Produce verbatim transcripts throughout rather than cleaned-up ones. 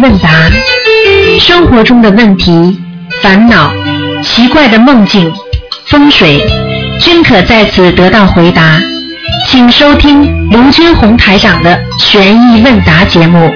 问答，生活中的问题、烦恼、奇怪的梦境、风水，均可在此得到回答。请收听卢军红台长的悬疑问答节目。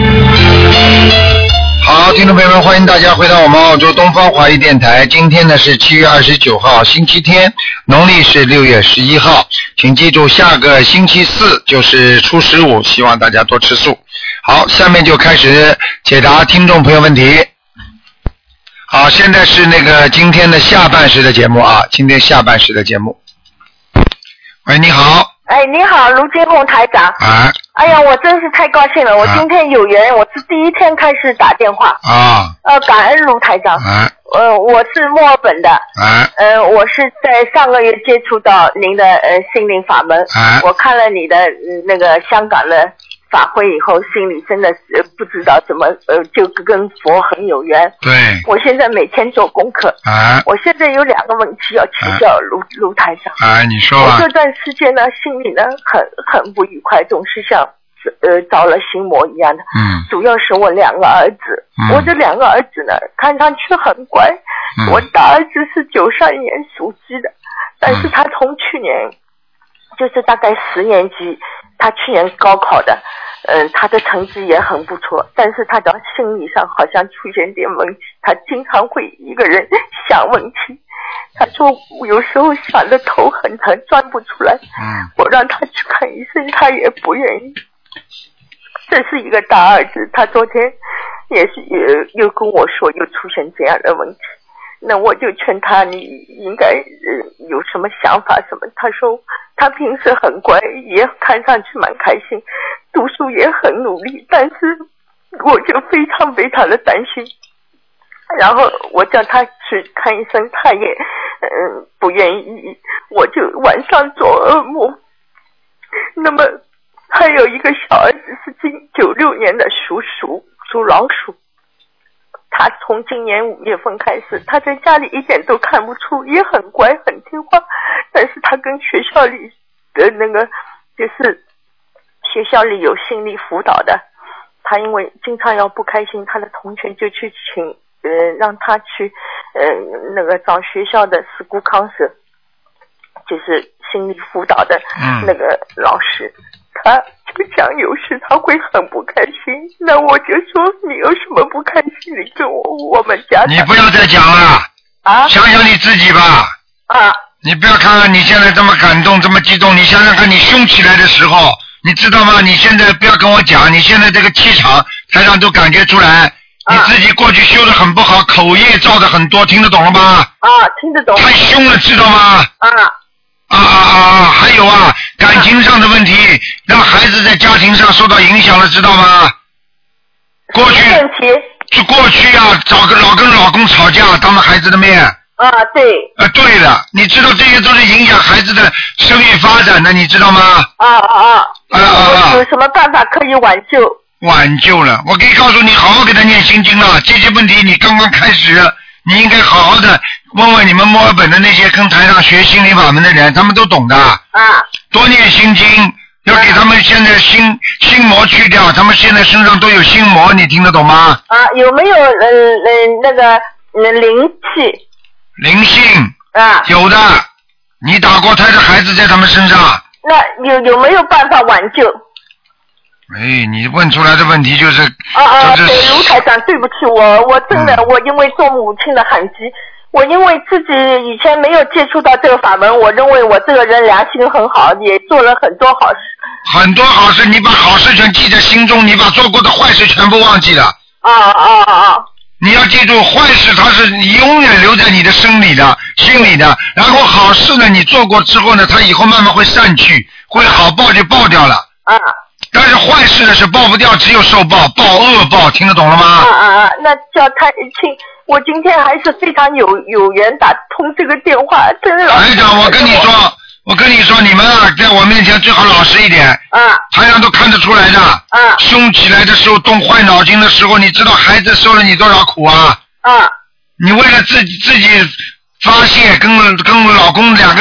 好，听众朋友们，欢迎大家回到我们澳洲东方华语电台。今天呢是七月二十九号，星期天，农历是六月十一号。请记住，下个星期四就是初十五，希望大家多吃素。好，下面就开始解答听众朋友问题。好，现在是那个今天的下半时的节目啊，今天下半时的节目。喂，你好。 哎，你好，卢金红台长。 啊。 哎呀，我真是太高兴了！我今天有缘，啊、我是第一天开始打电话。 啊。 呃，感恩卢台长。 啊。 呃，我是墨尔本的。 啊。 呃，我是在上个月接触到您的呃心灵法门。 啊。 我看了你的、呃、那个香港的法会以后，心里真的是不知道怎么呃，就跟佛很有缘。 对。 我现在每天做功课。 啊。 我现在有两个问题要请教卢、啊、卢台长。 啊，你说吧。 我这段时间呢，心里呢很很不愉快，总是像呃着了心魔一样的。 嗯。主要是我两个儿子，嗯、我这两个儿子呢，看上去很乖。嗯、我大儿子是九三年属鸡的，但是他从去年、嗯、就是大概十年级。他去年高考的，嗯、呃，他的成绩也很不错，但是他的心理上好像出现点问题，他经常会一个人想问题。他说有时候想的头很疼，钻不出来。嗯，我让他去看医生，他也不愿意。这是一个大儿子，他昨天也是也又跟我说又出现这样的问题。那我就劝他，你应该呃有什么想法什么？他说他平时很乖，也看上去蛮开心，读书也很努力，但是我就非常非常的担心。然后我叫他去看医生，他也嗯、呃、不愿意，我就晚上做噩梦。那么还有一个小儿子是今九六年的属鼠，属老鼠。他从今年五月份开始，他在家里一点都看不出，也很乖很听话，但是他跟学校里的那个就是学校里有心理辅导的，他因为经常要不开心，他的同学就去请呃让他去呃那个找学校的 school counselor， 就是心理辅导的那个老师。嗯，他就讲有时他会很不开心，那我就说你有什么不开心，你跟我我们家。 你不要再讲了啊！想想你自己吧。 啊！ 你不要看看你现在这么感动，这么激动，你想想看你凶起来的时候，你知道吗？你现在不要跟我讲，你现在这个气场，台上都感觉出来，啊、你自己过去修得很不好，口业造的很多，听得懂了吗？ 啊，听得懂。 太凶了，知道吗？ 啊。 啊啊啊啊！还有啊，感情上的问题，让孩子在家庭上受到影响了，知道吗？过去，就过去啊，找个老跟老公吵架，当着孩子的面。 啊，对。 啊，对的，你知道这些都是影响孩子的生育发展的，你知道吗？ 啊啊啊！ 啊啊！ 有什么办法可以挽救？ 挽救了，我可以告诉你，好好给他念心经了。这些问题你刚刚开始。你应该好好的问问你们墨尔本的那些跟台上学心灵法门的人，他们都懂的。啊。多念心经，要给他们现在心心魔去掉，他们现在身上都有心魔，你听得懂吗？ 啊，有没有嗯嗯那个嗯灵气？ 灵性。 啊。有的，你打过胎的孩子在他们身上。 那有有没有办法挽救？ 哎，你问出来的问题就是， 啊啊， 就是、 对，卢台长，对不起，我我真的、嗯、我因为做母亲的很急，我因为自己以前没有接触到这个法门，我认为我这个人良心很好，也做了很多好事。 很多好事，你把好事全记在心中，你把做过的坏事全部忘记了。 啊啊啊！ 你要记住，坏事它是永远留在你的生理的、心里的，然后好事呢，你做过之后呢，它以后慢慢会散去，会好报就报掉了。 啊。 但是坏事呢是报不掉，只有受报，报恶报，听得懂了吗？ 啊啊啊！那叫他请，我今天还是非常有有缘打通这个电话，真的。 台长，我跟你说，我跟你说，你们啊，在我面前最好老实一点。 啊。 台上都看得出来的。 啊。 凶起来的时候，动坏脑筋的时候，你知道孩子受了你多少苦啊？ 啊。 你为了自己自己发泄，跟跟老公两个人闹啊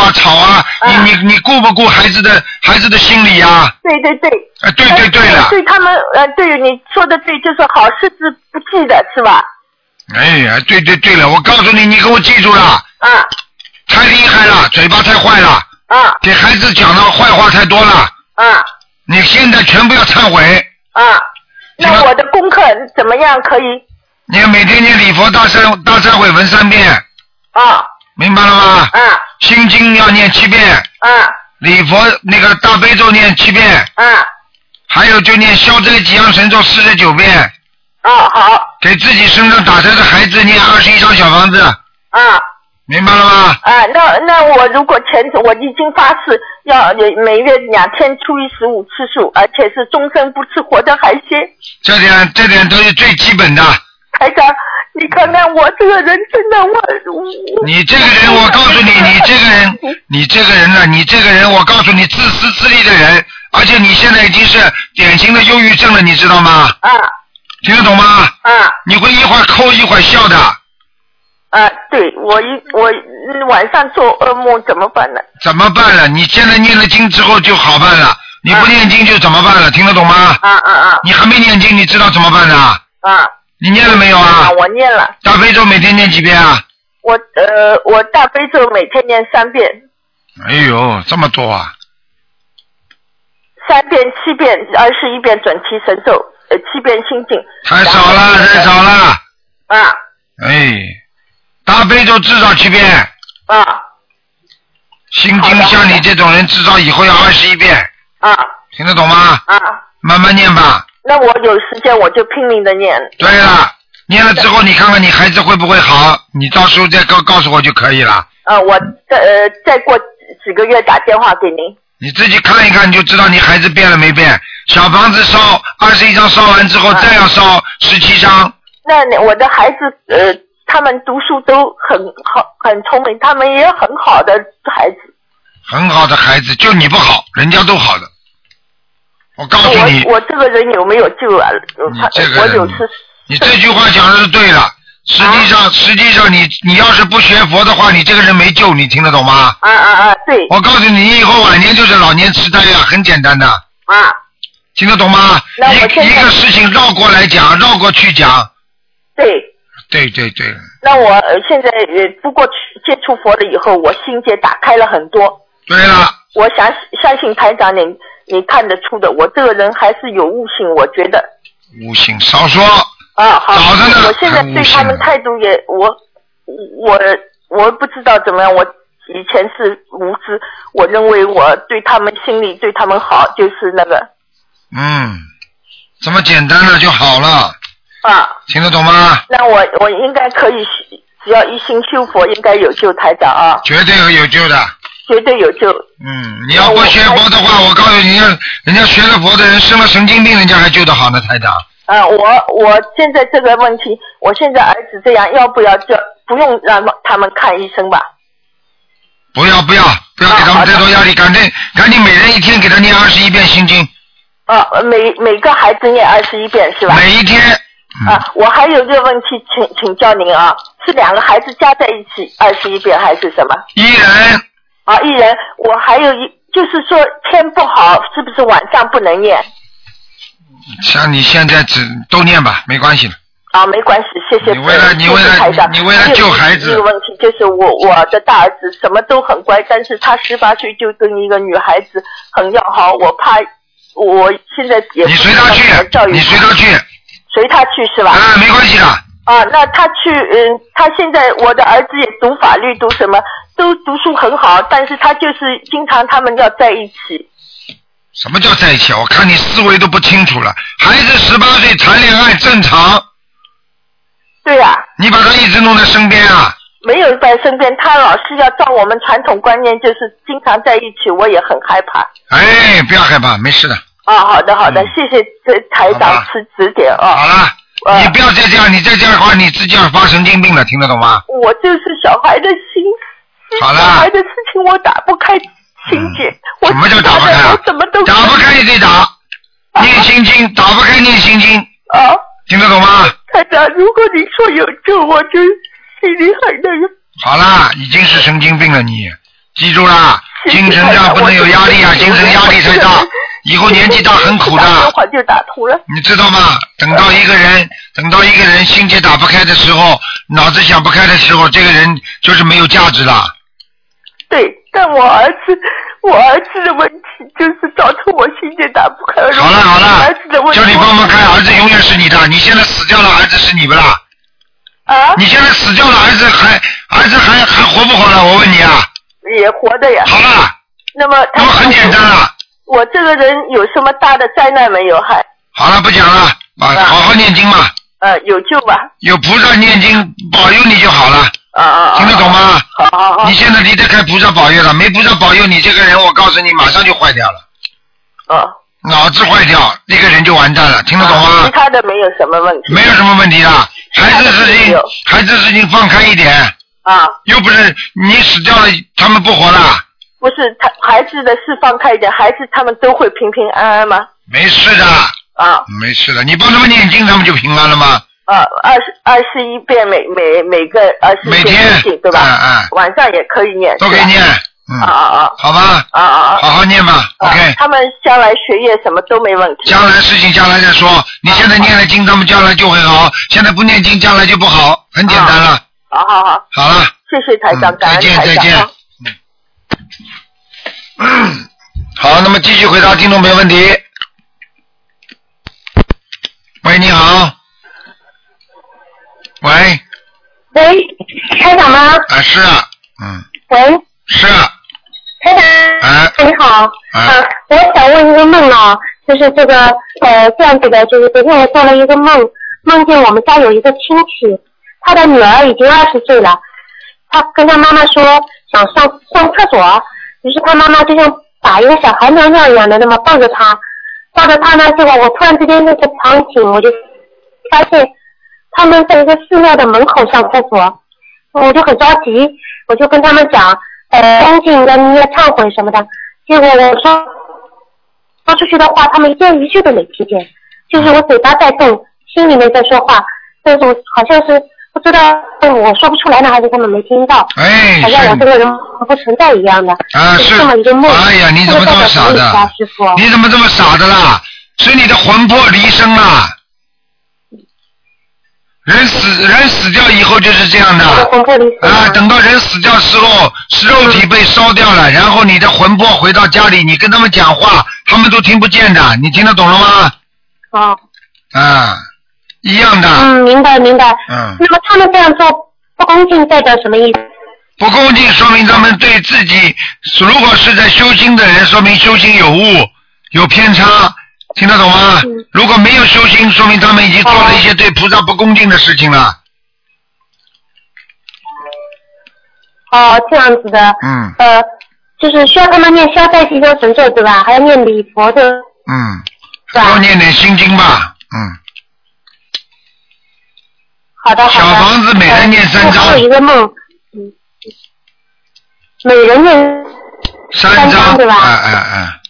啊，吵啊，你你你顾不顾孩子的孩子的心理啊？ 对对对。 啊，对对对了。 对他们，呃，对你说的对，就是好事之不记的是吧？ 哎呀，对对对了，我告诉你，你给我记住了。 啊。 太厉害了，嘴巴太坏了。 啊。 给孩子讲的坏话太多了。 啊。 你现在全部要忏悔。 啊。那我的功课怎么样？可以？ 你要每天念礼佛大忏大忏悔文三遍。 啊。 明白了吗？ 啊。 心经要念七遍。 啊。 礼佛那个大悲咒念七遍。 啊。还有就念消灾吉祥神咒四十九遍。 啊，好。 给自己身上打胎的孩子念二十一张小房子。 啊。 明白了吗？ 啊，那那我如果前我已经发誓要每月两天初一十五吃素，而且是终身不吃活的海鲜。 这点这点都是最基本的。 台长，你看看我这个人真的我。 你这个人，我告诉你，你这个人，你这个人呢，你这个人，我告诉你，自私自利的人，而且你现在已经是典型的忧郁症了，你知道吗？ 啊。 听得懂吗？ 啊。 你会一会儿抠一会儿笑的。 啊，对，我一我晚上做噩梦怎么办呢？ 怎么办了？你现在念了经之后就好办了，你不念经就怎么办了？听得懂吗？ 啊啊啊！ 你还没念经，你知道怎么办的？啊。你念了没有啊？ 啊，我念了。 大悲咒每天念几遍啊？ 我呃，我大悲咒每天念三遍。 哎呦，这么多啊！ 三遍、七遍、二十一遍准提神咒，呃，七遍心经。 太少了，太少了。 啊。 哎。大悲咒至少七遍。 啊。 心经像你这种人，至少以后要二十一遍。 啊。 听得懂吗？ 啊。 慢慢念吧。 那我有时间我就拼命的念。 对了，念了之后你看看你孩子会不会好，你到时候再告告诉我就可以了。 呃，我再呃再过几个月打电话给您。 你自己看一看，你就知道你孩子变了没变。小房子烧二十一张，烧完之后再要烧十七张。 那我的孩子呃。他们读书都很好，很聪明，他们也很好的孩子。 很好的孩子，就你不好，人家都好的。我告诉你， 我我这个人有没有救啊？ 你这个人， 我有是你这句话讲的是对的。实际上，啊、实际上你你要是不学佛的话，你这个人没救，你听得懂吗？ 啊啊啊！对。 我告诉你，你以后晚年就是老年痴呆呀，很简单的。 啊。 听得懂吗？一一个事情绕过来讲，绕过去讲。 对。 对对对。 那我呃现在呃不过接触佛了以后，我心界打开了很多。 对了。 我相相信台长你你看得出的，我这个人还是有悟性，我觉得。 悟性少说。 啊好。 早着呢。 我现在对他们态度也我我我不知道怎么样，我以前是无知，我认为我对他们心里对他们好，就是那个。 嗯，这么简单了就好了。 啊， 听得懂吗？ 那我我应该可以，只要一心修佛，应该有救，台长啊。 绝对有救的。 绝对有救。 嗯，你要不学佛的话，我告诉你，人家学了佛的人生了神经病，人家还救得好呢，台长。 啊，我我现在这个问题，我现在儿子这样，要不要就不用让他们看医生吧？ 不要不要不要给他们太多压力，赶紧赶紧每人一天给他念二十一遍心经。 啊，每每个孩子念二十一遍是吧？ 每一天。 啊，我还有一个问题，请请教您啊，是两个孩子加在一起二十一遍还是什么？ 一人。 啊，一人。我还有一，就是说天不好，是不是晚上不能念？ 像你现在只都念吧，没关系的。 啊，没关系，谢谢。 你为了你为了你为了救孩子。 这个问题就是我我的大儿子什么都很乖，但是他十八岁就跟一个女孩子很要好，我怕我现在也不知道怎么教育他。 你随他去。 随他去是吧？ 啊，没关系的。 啊，那他去，嗯，他现在我的儿子也读法律，读什么都读书很好，但是他就是经常他们要在一起。 什么叫在一起？我看你思维都不清楚了。孩子十八岁谈恋爱正常。 对呀、啊。 你把他一直弄在身边啊？ 没有在身边，他老是要照我们传统观念，就是经常在一起，我也很害怕。 哎，不要害怕，没事的。 啊，好的好的，嗯、谢谢台长指指点啊。 好了。呃、你不要再这样，你再这样的话，你自己要发神经病了，听得懂吗？ 我就是小孩的心， 好了， 小孩的事情我打不开心结。 嗯、什么叫打不开啊？ 我什么都打不开你得打，啊、念心经，打不开念心经。 啊， 听得懂吗？ 台长，如果你说有救，我就心里很那个。 好啦，已经是神经病了你， 记住了，精神上不能有压力啊，精神压力太大，以后年纪大很苦的。 电话就打通了。 你知道吗？等到一个人，等到一个人心结打不开的时候，脑子想不开的时候，这个人就是没有价值了。 对，但我儿子，我儿子的问题就是造成我心结打不开。 好了好了， 儿子的问题， 叫你帮忙看，儿子永远是你的。你现在死掉了，儿子是你不啦？ 啊？ 你现在死掉了，儿子还儿子还还活不活了？我问你啊。 也活的呀。 好了。 那么那么很简单了。 我这个人有什么大的灾难没有？还。 好了，不讲了，啊，好好念经嘛。 呃，有救吧？ 有菩萨念经保佑你就好了。 啊啊！ 听得懂吗？ 好好好。 你现在离得开菩萨保佑了，没菩萨保佑你这个人，我告诉你，马上就坏掉了。 啊。 脑子坏掉，那个人就完蛋了，听得懂吗？ 啊、其他的没有什么问题。 没有什么问题的，孩子事情，孩子事情放开一点。 啊。 又不是你死掉了，他们不活了。 不是，他孩子的事放开一点，孩子他们都会平平安安吗？ 没事的。 啊。 没事的，你帮他们念经，他们就平安了吗？ 啊，二十二十一遍每每每个二十一遍经对吧？ 嗯嗯。 晚上也可以念。 都可以念。嗯。啊啊啊。 好吧。 啊啊。 好好念吧。OK。 他们将来学业什么都没问题。 将来事情将来再说，你现在念了经，他们将来就会好；现在不念经，将来就不好，很简单了。 好好好。 好了。 谢谢台长，感恩台长。 再见再见。嗯。好，那么继续回答听众朋友问题。喂，你好。喂。 喂，台长吗？ 啊，是啊，嗯。 喂。 是啊。 台长。 哎。 你好。 啊。 啊，我想问一个梦啊，就是这个呃这样子的，就是昨天我做了一个梦，梦见我们家有一个亲戚，他的女儿已经二十岁了，他跟他妈妈说想上上厕所，于是他妈妈就像把一个小孩尿尿一样的那么抱着他，抱着他呢，结果我突然之间那个场景，我就发现他们在一个寺庙的门口上厕所，我就很着急，我就跟他们讲，呃，恭敬要你要忏悔什么的，结果我说说出去的话，他们一件一句都没听见，就是我嘴巴在动，心里面在说话，但是我好像是不知道我说不出来呢，还是他们没听到， 哎， 好像我这个人不存在一样的。 啊，是这么一个梦。 哎呀，你怎么这么傻的？ 师傅， 你怎么这么傻的啦？是你的魂魄离身了。人死人死掉以后就是这样的。 魂魄离身啊，等到人死掉时候，肉体被烧掉了，然后你的魂魄回到家里，你跟他们讲话，他们都听不见的，你听得懂了吗？ 哦。 啊，一样的。 嗯，明白明白。 嗯。 那么他们这样做不恭敬代表什么意思？ 不恭敬说明他们对自己，如果是在修心的人，说明修心有误，有偏差，听得懂吗？嗯、如果没有修心，说明他们已经做了一些对菩萨不恭敬的事情了。 哦，这样子的。 嗯。 呃，就是需要他们念消灾吉祥神咒对吧？还要念礼佛的。 嗯。 是吧？ 多念点心经吧，嗯。 好的好的。 小房子每人念三章。 还有一个梦。嗯。每人念三张对吧？ 哎哎哎。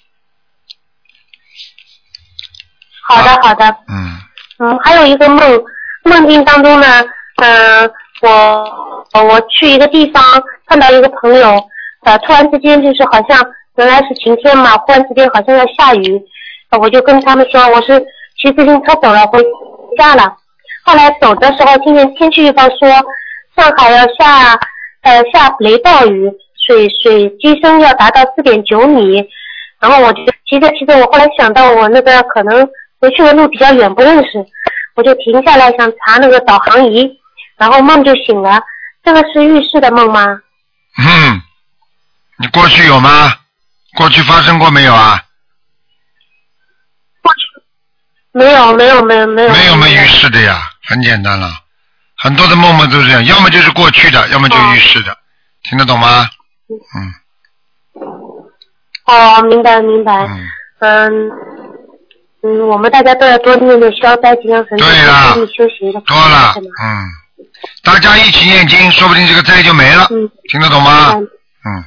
好的好的。 嗯。 嗯，还有一个梦，梦境当中呢，嗯、呃，我我去一个地方看到一个朋友，呃，突然之间就是好像原来是晴天嘛，忽然之间好像要下雨，呃、我就跟他们说我是骑自行车走了回家了。后来走的时候听见天气预报说上海要下呃下雷暴雨。水水机深要达到四点九米，然后我就骑着骑着，我后来想到我那个可能回去的路比较远不认识，我就停下来想查那个导航仪，然后梦就醒了。这个是预示的梦吗？ 嗯，你过去有吗？过去发生过没有啊？ 过去没有没有没有没有没有没预示的呀，很简单了，很多的梦梦都是这样，要么就是过去的，要么就预示的，哦、听得懂吗？嗯， 哦，明白明白，嗯嗯，嗯我们大家都要多念念消灾吉祥神咒， 对了， 修行的多了，嗯，大家一起念经，说不定这个灾就没了， 嗯， 听得懂吗？嗯，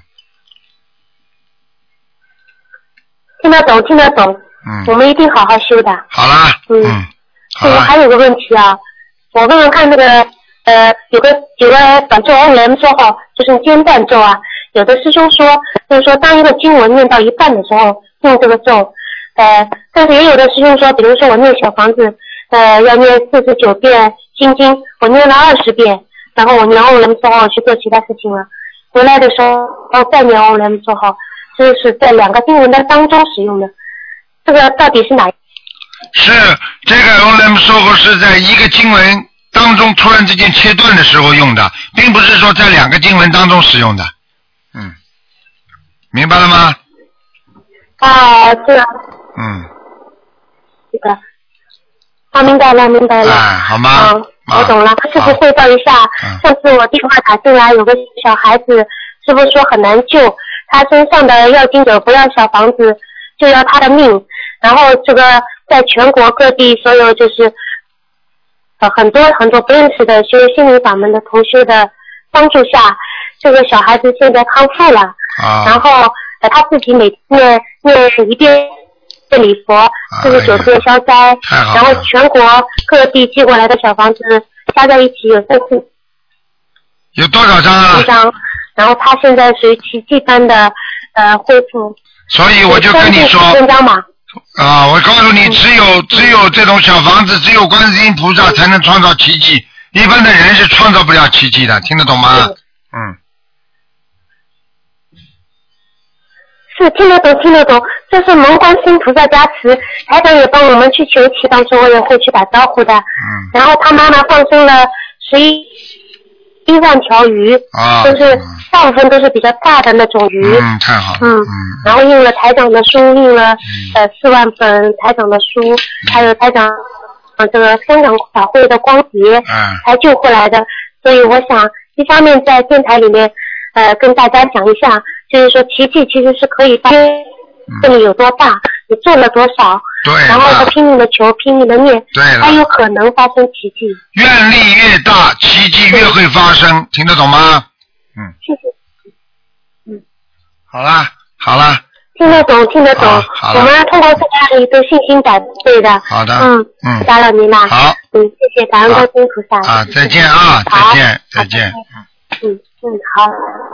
听得懂听得懂， 嗯， 我们一定好好修的。 好啦，嗯， 嗯好啦。 还有个问题啊，我问问看那个呃有个有个短咒，我们说好就是间断咒啊。 有的师兄说，就是说当一个经文念到一半的时候用这个咒，呃，但是也有的师兄说，比如说我念小房子，呃，要念四十九遍心经，我念了二十遍，然后我念欧人之后去做其他事情了，回来的时候再念欧人之后，这是在两个经文的当中使用的，这个到底是哪？ 是这个欧人说过是在一个经文当中突然之间切断的时候用的，并不是说在两个经文当中使用的。嗯，明白了吗？ 啊，是啊。 嗯。 这个。啊，明白了，明白了。 哎，好吗？ 嗯，我懂了。师傅汇报一下，上次我电话打进来，有个小孩子，师傅说很难救，他身上的要经者不要小房子，就要他的命。然后这个在全国各地所有就是呃很多很多不认识的学心灵法门的同学的帮助下，这个小孩子现在康复了。 啊。 然后呃他自己每天念一遍礼佛，四十九遍消灾，然后全国各地寄过来的小房子加在一起有三次， 有多少张啊？ 一张，然后他现在属于奇迹般的呃恢复。 所以我就跟你说。 三张嘛。 啊，我告诉你，只有只有这种小房子，只有观世音菩萨才能创造奇迹，一般的人是创造不了奇迹的，听得懂吗？嗯。 是听得懂，听得懂，这是蒙观世音菩萨加持，台长也帮我们去求祈，当时我也会去打招呼的。嗯。然后他妈妈放生了十一一万条鱼，啊，就是大部分都是比较大的那种鱼。 嗯，太好了。 嗯。嗯然后印了台长的书，印了、嗯、呃四万本台长的书，嗯、还有台长呃这个香港法会的光碟，嗯，才救回来的。所以我想，一方面在电台里面呃跟大家讲一下。就是说奇迹其实是可以发生，这里有多大，你做了多少， 对， 然后他拼命的求，拼命的念， 对， 才有可能发生奇迹。 愿力越大，奇迹越会发生，听得懂吗？嗯。 谢谢。嗯。 好啦，好啦。 听得懂，听得懂。 好。 我们通过这个案例都信心百倍的。 好的。 嗯嗯。打扰您了。 好。 嗯，谢谢，感恩观世音菩萨。 啊，再见啊，再见，再见。 嗯嗯，好。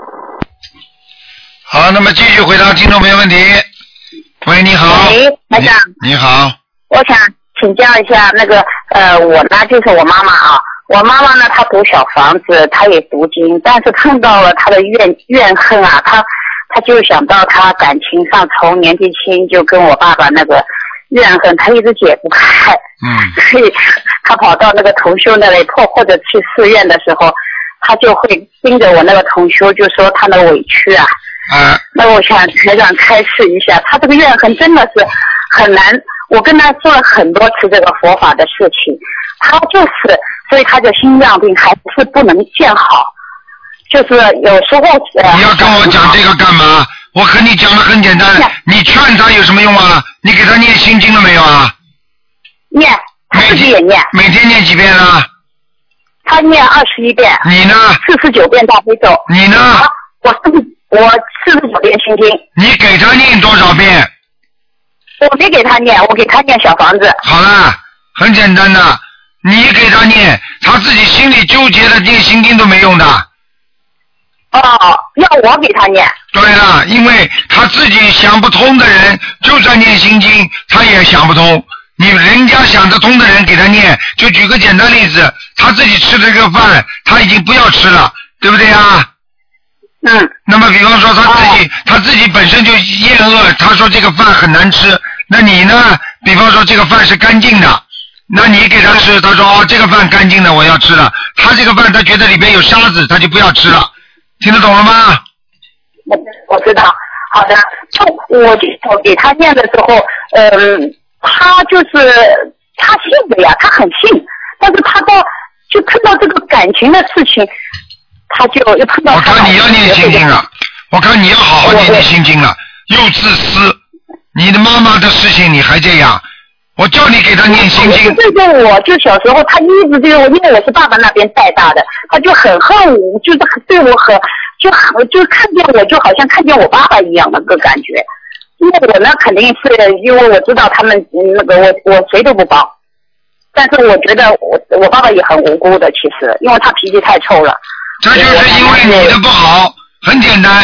好，那么继续回答听众朋友问题。喂，你好。 喂，台长。 你好。 我想请教一下，那个呃，我呢就是我妈妈啊，我妈妈呢她读小房子，她也读经，但是碰到了她的怨怨恨啊，她她就想到她感情上从年纪轻就跟我爸爸那个怨恨，她一直解不开。嗯。所以她跑到那个同修那里，或或者去寺院的时候，她就会盯着我那个同修，就说她的委屈啊。 啊， 那我想台长开示一下，他这个怨恨真的是很难。我跟他说了很多次这个佛法的事情，他就是，所以他的心脏病还是不能见好，就是有时候。呃、 你要跟我讲这个干嘛？我和你讲的很简单，你劝他有什么用啊？你给他念心经了没有啊？ 念，他自己也念。 每天念几遍啊？ 他念二十一遍。 你呢？ 四十九遍大悲咒。 你呢？ 我是。我四十九遍心经。 你给他念多少遍？ 我没给他念，我给他念小房子。 好了，很简单的，你给他念，他自己心里纠结的念心经都没用的。 哦，要我给他念。 对了，因为他自己想不通的人，就算念心经，他也想不通。你人家想得通的人给他念，就举个简单例子，他自己吃的这个饭，他已经不要吃了，对不对啊？ 嗯， 那么比方说他自己、哦、他自己本身就厌恶，他说这个饭很难吃，那你呢？比方说这个饭是干净的，那你给他吃，他说哦这个饭干净的我要吃了，他这个饭他觉得里边有沙子，他就不要吃了，听得懂了吗？ 我我知道，好的。就我我给他念的时候，嗯，他就是他信的呀，他很信，但是他到就碰到这个感情的事情。他就又碰到。 我看你要念心经了，我看你要好好念念心经了，又自私，你的妈妈的事情你还这样，我叫你给他念心经。 对对，我就小时候他一直对我，因为我是爸爸那边带大的，他就很恨我，就是对我很就很就看见我就好像看见我爸爸一样的个感觉。因为我呢肯定是因为我知道他们那个我我谁都不帮，但是我觉得我我爸爸也很无辜的，其实因为他脾气太臭了。 这就是因为你的不好，很简单，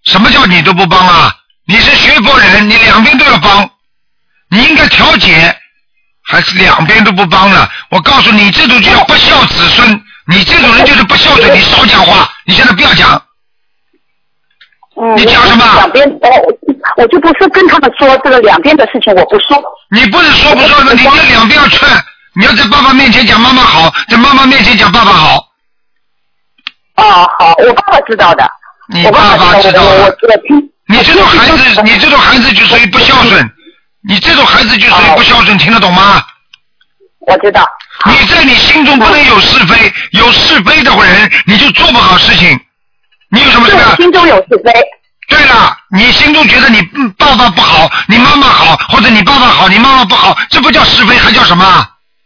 什么叫你都不帮啊？你是学佛人，你两边都要帮，你应该调解，还是两边都不帮了？我告诉你，这种就叫不孝子孙，你这种人就是不孝顺，你少讲话，你现在不要讲。 嗯， 你讲什么？ 两边哦，我就不是跟他们说这个两边的事情，我不说。 你不是说不说的，你这两边要劝，你要在爸爸面前讲妈妈好，在妈妈面前讲爸爸好。 哦，好，我爸爸知道的。 你爸爸知道的。你这种孩子，你这种孩子就属于不孝顺，你这种孩子就属于不孝顺，听得懂吗？ 我知道。 你在你心中不能有是非，有是非的人你就做不好事情。你有什么事？ 心中有是非。 对了，你心中觉得你爸爸不好，你妈妈好，或者你爸爸好，你妈妈不好，这不叫是非，还叫什么？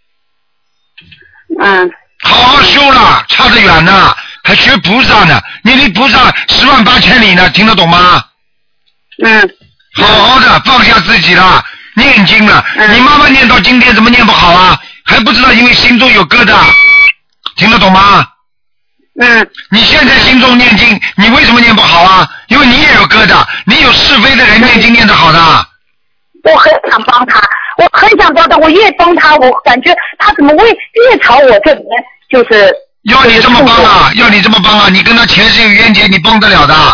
嗯。 好好修了，差得远呢，还学菩萨呢，你离菩萨十万八千里呢，听得懂吗？ 嗯。 好好的放下自己了，念经了，嗯、你妈妈念到今天怎么念不好啊？还不知道因为心中有疙瘩，听得懂吗？ 嗯。 你现在心中念经，你为什么念不好啊？因为你也有疙瘩，你有是非的人念经念得好的。 我很想帮他，我很想帮他，我越帮他，我感觉他怎么会越朝我这边就是。 要你这么帮啊！要你这么帮啊！你跟他前世有冤结，你帮得了的。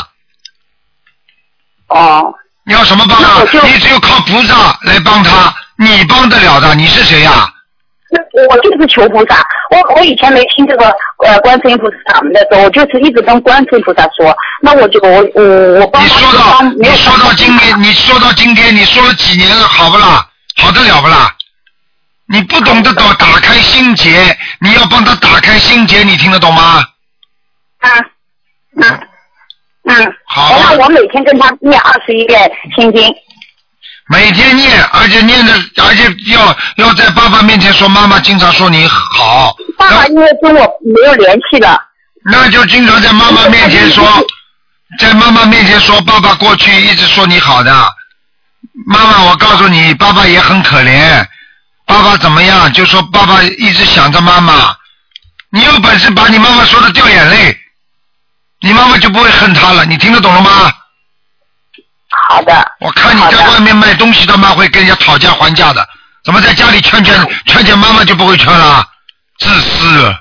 哦。 你要什么帮啊？你只有靠菩萨来帮他，你帮得了的。你是谁呀、啊？ 我就是求菩萨，我我以前没听这个呃观世音菩萨的时候，我就是一直跟观世音菩萨说，那我就我我我帮他。 你说到你说到今天，你说到今天，你说了几年了，好不啦？好得了不啦？你不懂得打打开心结，你要帮他打开心结，你听得懂吗？ 啊，嗯嗯。 好。 那我每天跟他念二十一遍心经。 每天念，而且念的，而且要要在爸爸面前说，妈妈经常说你好。 爸爸因为跟我没有联系了。 那就经常在妈妈面前说，在妈妈面前说，爸爸过去一直说你好的。妈妈，我告诉你，爸爸也很可怜。爸爸怎么样？就说爸爸一直想着妈妈。你有本事把你妈妈说的掉眼泪，你妈妈就不会恨他了。你听得懂了吗？ 好的。 我看你在外面卖东西，他妈会跟人家讨价还价的，怎么在家里劝劝劝劝妈妈就不会劝了？自私，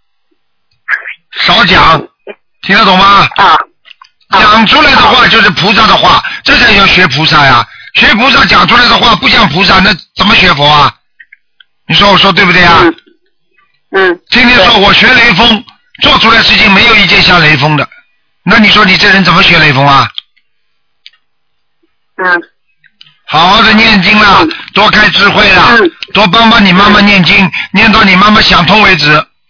少讲，听得懂吗？ 啊。 讲出来的话就是菩萨的话，这才叫学菩萨呀！学菩萨讲出来的话不像菩萨，那怎么学佛啊？你说我说对不对啊？ 嗯。嗯。 今天说我学雷锋，做出来事情没有一件像雷锋的，那你说你这人怎么学雷锋啊？ 嗯。 好好的念经了，嗯、多开智慧了，嗯、多帮帮你妈妈念经，嗯、念到你妈妈想通为止。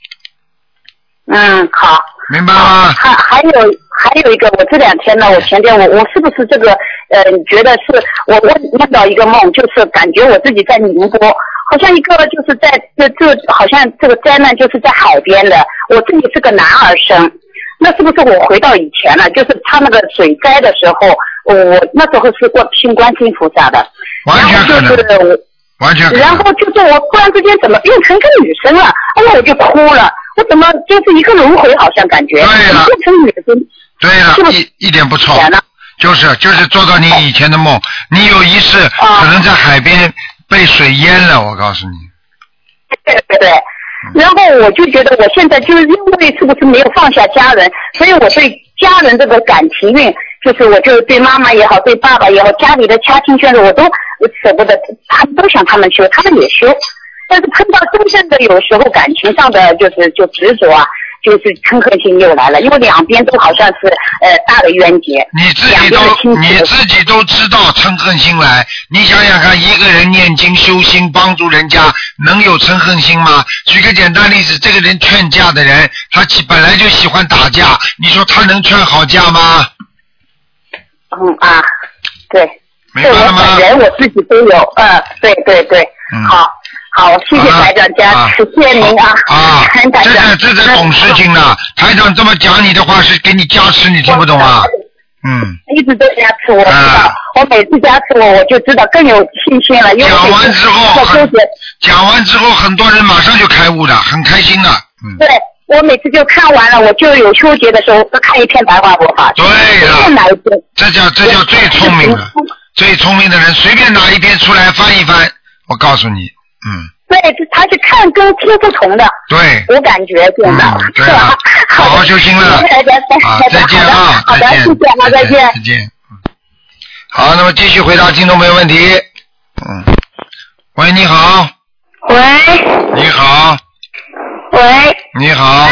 嗯，好。 明白吗？ 还还有还有一个，我这两天呢，我前天我我是不是这个呃，你觉得是我我梦到一个梦，就是感觉我自己在宁波，好像一个就是在这这好像这个灾难就是在海边的，我自己是个男儿身，那是不是我回到以前了？就是他那个水灾的时候，我那时候是过信观世音菩萨的， 完全可能， 然后就是完全可能， 然后就是我突然之间怎么变成个女生了？哎呀，我就哭了。我怎么就是一个轮回，好像感觉对了， 变成女生， 对了， 是不是一一点不错，就是就是做到你以前的梦，你有一世可能在海边被水淹了，我告诉你。 对对对，然后我就觉得我现在就是因为是不是没有放下家人，所以我对家人这个感情运，就是我就对妈妈也好，对爸爸也好，家里的家庭眷属我都舍不得，他们都想他们修，他们也修。但是碰到真正的有时候感情上的就是就执着啊，就是嗔恨心又来了，因为两边都好像是呃大的冤结。 你自己都你自己都知道嗔恨心来，你想想看，一个人念经修心帮助人家，能有嗔恨心吗？举个简单例子，这个人劝架的人，他本来就喜欢打架，你说他能劝好架吗？ 嗯啊，对， 明白了吗？ 我本人我自己都有，呃，对对对，嗯、好。好，谢谢台长加持，谢谢您啊！ 啊，这是这是懂事情的，台长这么讲你的话是给你加持，你听不懂啊？嗯。 一直都加持，我知道，我每次加持我我就知道更有信心了。 讲完之后，讲完之后很多人马上就开悟的，很开心的。嗯。 对我每次就看完了，我就有纠结的时候，我看一篇白话佛法。 对了， 哪一篇？ 这叫这叫最聪明的，最聪明的人随便拿一篇出来翻一翻，我告诉你，嗯。 对，他是看跟听不同的。 对。 我感觉真的。 嗯，对啊。好好修心了。 好的，再见啊！ 好的，谢谢啊，再见。 再见。好，那么继续回答听众朋友问题。嗯。喂，你好。 喂。 你好。 喂。 你好。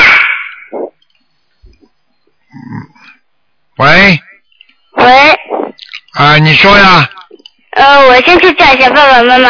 嗯。喂。 喂。 啊，你说呀。 呃，我先去叫一下爸爸妈妈。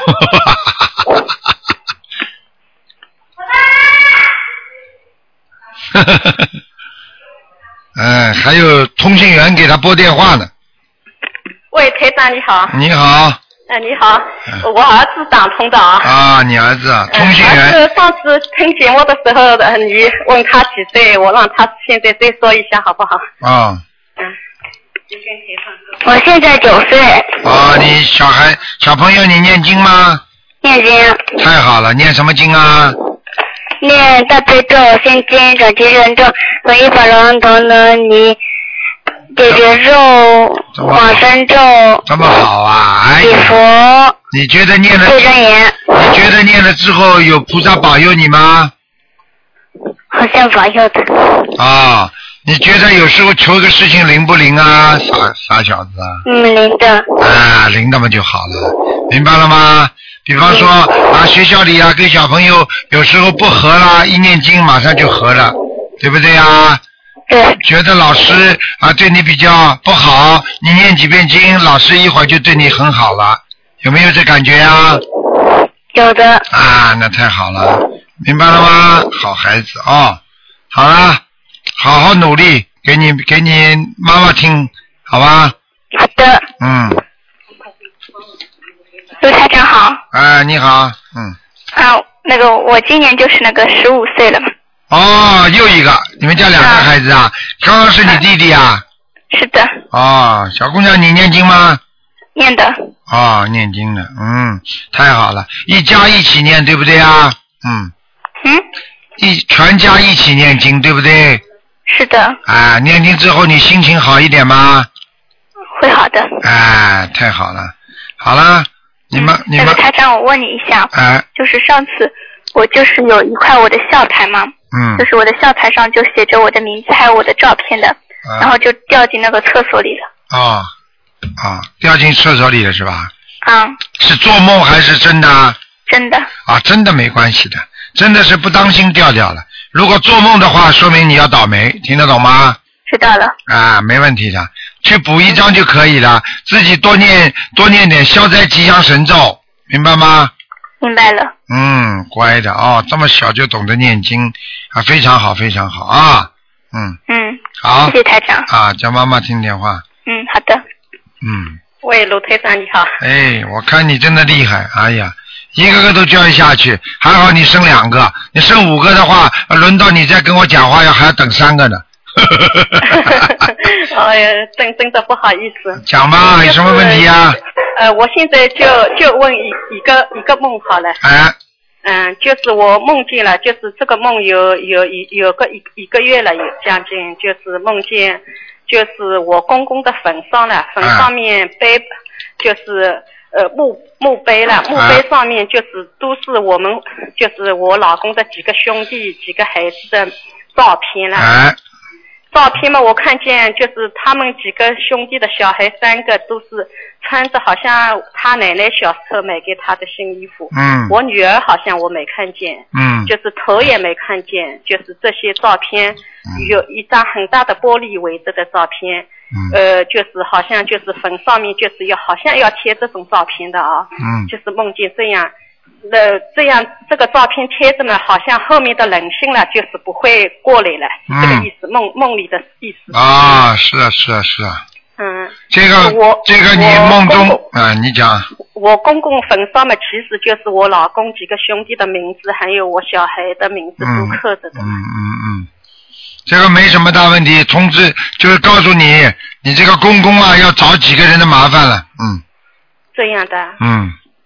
嗯，还有通信员给他拨电话呢。 喂，台长你好。 你好。 哎、呃，你好，嗯、我儿子打通的啊。 啊，你儿子啊，通信员。 儿子上次听节目的时候，呃，你问他几岁，我让他现在再说一下好不好？ 啊。 嗯。 我现在九岁。 啊，你小孩小朋友，你念经吗？ 念经。 太好了，念什么经啊？ 念大悲咒、心经、准提神咒、和一法轮陀罗尼、解结咒、往生咒。 这么好啊！哎。 礼佛。 你觉得念了？ 对真言。 你觉得念了之后有菩萨保佑你吗？ 好像保佑的。 啊。你觉得有时候求个事情灵不灵啊？傻傻小子啊！ 嗯，灵的。 啊，灵的嘛就好了，明白了吗？比方说啊，学校里啊，跟小朋友有时候不和啦，一念经马上就和了，对不对啊？ 对。 觉得老师啊对你比较不好，你念几遍经，老师一会儿就对你很好了，有没有这感觉啊？ 有的。 啊，那太好了，明白了吗？好孩子哦，好啦。好好努力，给你给你妈妈听，好吧？ 好的。 嗯。 卢台长好。 哎，你好，嗯。 啊，那个我今年就是那个十五岁了嘛。 哦，又一个，你们家两个孩子啊？啊刚刚是你弟弟啊？ 是的。 哦，小姑娘，你念经吗？ 念的。 哦，念经的，嗯，太好了，一家一起念，对不对啊？嗯。 嗯。 一全家一起念经，对不对？ 是的。 啊，念经之后你心情好一点吗？ 会好的。 哎，太好了，好了，你们、嗯、你们。 那个台长，我问你一下， 哎， 就是上次我就是有一块我的校台嘛， 嗯， 就是我的校台上就写着我的名字还有我的照片的， 啊、 然后就掉进那个厕所里了。 哦，啊，掉进厕所里了是吧？ 啊、嗯。是做梦还是真的？ 真的。 啊，真的没关系的，真的是不当心掉掉了。如果做梦的话，说明你要倒霉，听得懂吗？ 知道了。 啊，没问题的，去补一张就可以了，自己多念多念点消灾吉祥神咒，明白吗？ 明白了。 嗯，乖的哦，这么小就懂得念经啊，非常好，非常好啊，嗯。 嗯。 好。 谢谢台长。 啊，叫妈妈听电话。 嗯，好的。 嗯。 喂，卢台长你好。 哎，我看你真的厉害，哎呀。一个个都教育下去，还好你生两个，你生五个的话，轮到你再跟我讲话要还要等三个呢。 哎呀，真真的不好意思。 讲吧，就是、有什么问题啊？ 呃，我现在就就问一一个一个梦好了。 哎。 嗯，就是我梦见了，就是这个梦有有有有个一一个月了，有将近，就是梦见，就是我公公的坟上了，坟上面碑、哎、就是。呃，墓墓碑了，墓碑上面就是都是我们，就是我老公的几个兄弟、几个孩子的照片了。 哎。 照片嘛，我看见就是他们几个兄弟的小孩三个都是穿着好像他奶奶小时候买给他的新衣服。 嗯。我女儿好像我没看见。 嗯。 就是头也没看见，就是这些照片，嗯、有一张很大的玻璃围着的照片。 嗯、 呃，就是好像就是坟上面就是要好像要贴这种照片的啊， 嗯， 就是梦见这样，呃，这样这个照片贴着呢，好像后面的人性了，就是不会过来了， 嗯、 这个意思，梦梦里的意思。 啊，是啊，是啊，是啊。 嗯。 这个我这个你梦中啊，你讲。 我公公坟上面其实就是我老公几个兄弟的名字，还有我小孩的名字都刻着的。 嗯嗯嗯。这个没什么大问题，通知就是告诉你，你这个公公啊要找几个人的麻烦了，嗯。 这样的。 嗯。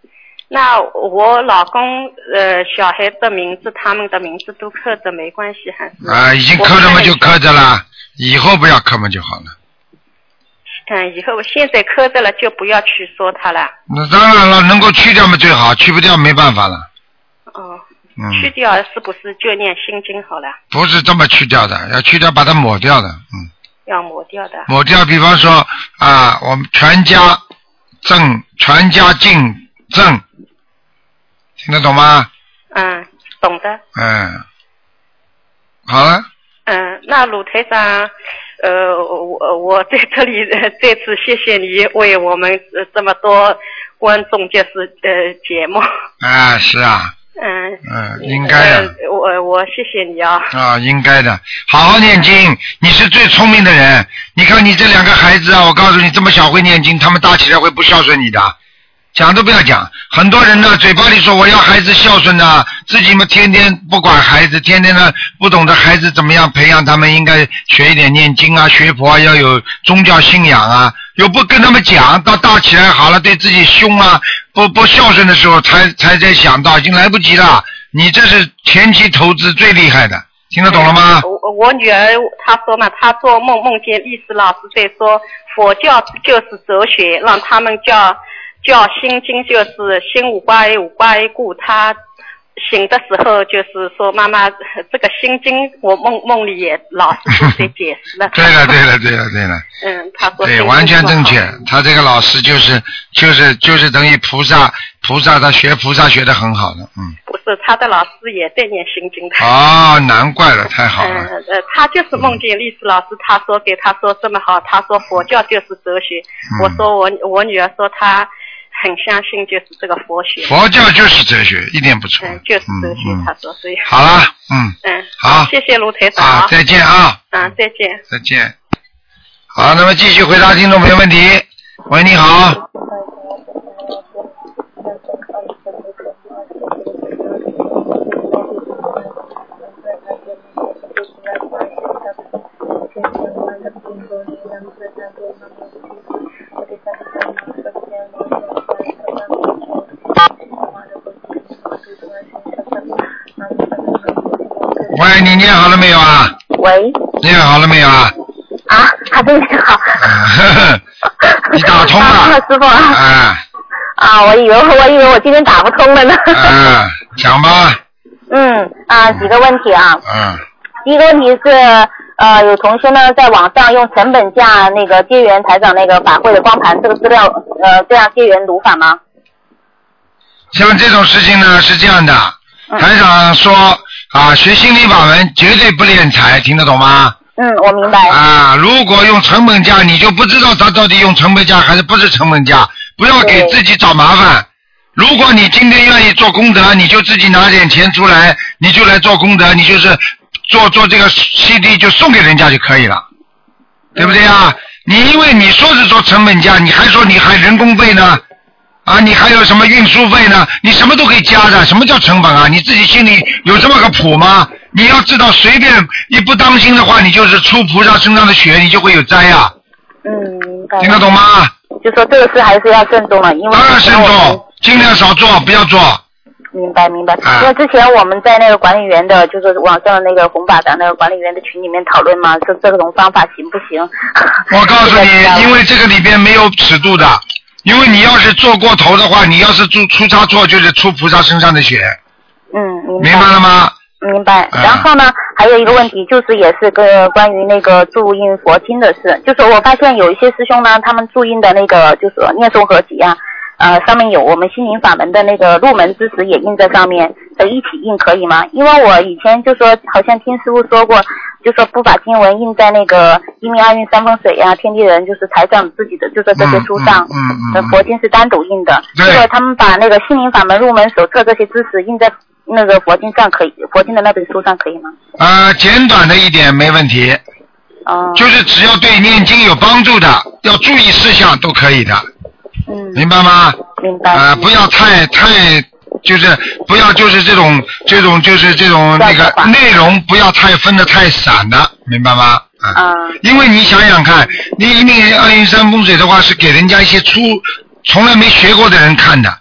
那我老公呃小孩的名字，他们的名字都刻着没关系还是？ 啊，已经刻着嘛就刻着了，以后不要刻嘛就好了。 嗯，以后现在刻着了就不要去说他了。 那当然了，能够去掉嘛最好，去不掉没办法了。 哦。 嗯。 去掉是不是就念心经好了？ 不是这么去掉的，要去掉把它抹掉的，嗯。 要抹掉的。 抹掉，比方说啊，我们全家正，全家敬正。听得懂吗？ 嗯，懂的。 嗯，好了。 嗯，那鲁台长，呃，我我在这里再次谢谢你为我们这么多观众就是呃节目。 啊，是啊。 嗯。 嗯，应该的。 呃、我我谢谢你啊。 啊，应该的，好好念经，你是最聪明的人。你看你这两个孩子啊，我告诉你，这么小会念经，他们大起来会不孝顺你的。讲都不要讲，很多人呢嘴巴里说我要孩子孝顺啊，自己嘛天天不管孩子，天天呢不懂得孩子怎么样培养他们，应该学一点念经啊，学佛啊，要有宗教信仰啊，又不跟他们讲，到大起来好了对自己凶啊，不不孝顺的时候才才在想到，已经来不及了。你这是前期投资最厉害的，听得懂了吗？ 我我女儿她说嘛，她做梦梦见历史老师在说佛教就是哲学，让他们叫叫心经就是心无挂碍无挂碍故，他醒的时候就是说妈妈这个心经我梦梦里也老师都在解释了。 对了对了对了对了。 嗯，他说对，完全正确。他这个老师就是就是就是等于菩萨菩萨，他学菩萨学得很好的，嗯。 不是，他的老师也在念心经的。 哦，难怪了，太好了。 嗯呃，他就是梦见历史老师，他说给他说这么好，他说佛教就是哲学。嗯、我说我我女儿说她很相信就是这个佛学。 佛教就是哲学，一点不错。 嗯，就是哲学，嗯、他说所以。 好了，嗯。 嗯。 好。 谢谢卢台长。 啊，再见啊。 嗯，再见。 再见。好，那么继续回答听众朋友问题。喂，你好。喂，你念好了没有啊？ 喂。 念好了没有啊？ 啊，还没念好。 你打通了。 打通了，师傅。 啊。 啊，我以为我以为我今天打不通了呢。 啊，讲吧。 嗯啊，几个问题啊。 嗯。 第一个问题是，呃，有同学呢在网上用成本价那个结缘台长那个法会的光盘这个资料，呃，这样结缘如法吗？ 像这种事情呢是这样的，台长说啊，学心理法门绝对不敛财，听得懂吗？ 嗯，我明白。 啊，如果用成本价，你就不知道他到底用成本价还是不是成本价，不要给自己找麻烦。如果你今天愿意做功德，你就自己拿点钱出来，你就来做功德，你就是做做这个 C D 就送给人家就可以了，对不对啊？你因为你说是做成本价，你还说你还人工费呢？啊，你还有什么运输费呢？你什么都可以加的，什么叫成本啊？你自己心里有这么个谱吗？你要知道，随便一不当心的话，你就是出菩萨身上的血，你就会有灾呀、啊。 嗯，明白。 听得懂吗？ 就说这个事还是要慎重了，因为当然慎重，尽量少做，不要做。 明白明白、 啊， 因为之前我们在那个管理员的，就是网上的那个弘法的那个管理员的群里面讨论嘛，这这种方法行不行？ 我告诉你，因为这个里边没有尺度的。因为你要是做过头的话，你要是出出差错，就是出菩萨身上的血。 嗯，明白。 明白了吗？ 明白。然后呢，还有一个问题，就是也是个关于那个注印佛经的事，就是我发现有一些师兄呢，他们注印的那个就是念诵合集啊，呃，上面有我们心灵法门的那个入门知识也印在上面，的一起印可以吗？因为我以前就说好像听师傅说过。就说不把经文印在那个一命二运三风水啊，天地人就是台长自己的，就说这些书上， 嗯嗯嗯， 佛经是单独印的。 对。 如果他们把那个心灵法门入门手册这些知识印在那个佛经上可以，佛经的那本书上可以吗？ 呃，简短的一点没问题。 哦。 就是只要对念经有帮助的，要注意事项都可以的。 嗯。 明白吗？ 明白。 啊、呃，不要太太。就是不要就是这种这种就是这种那个内容不要太分得太散的，明白吗？啊、嗯，因为你想想看，你一命二运三风水的话是给人家一些初从来没学过的人看的，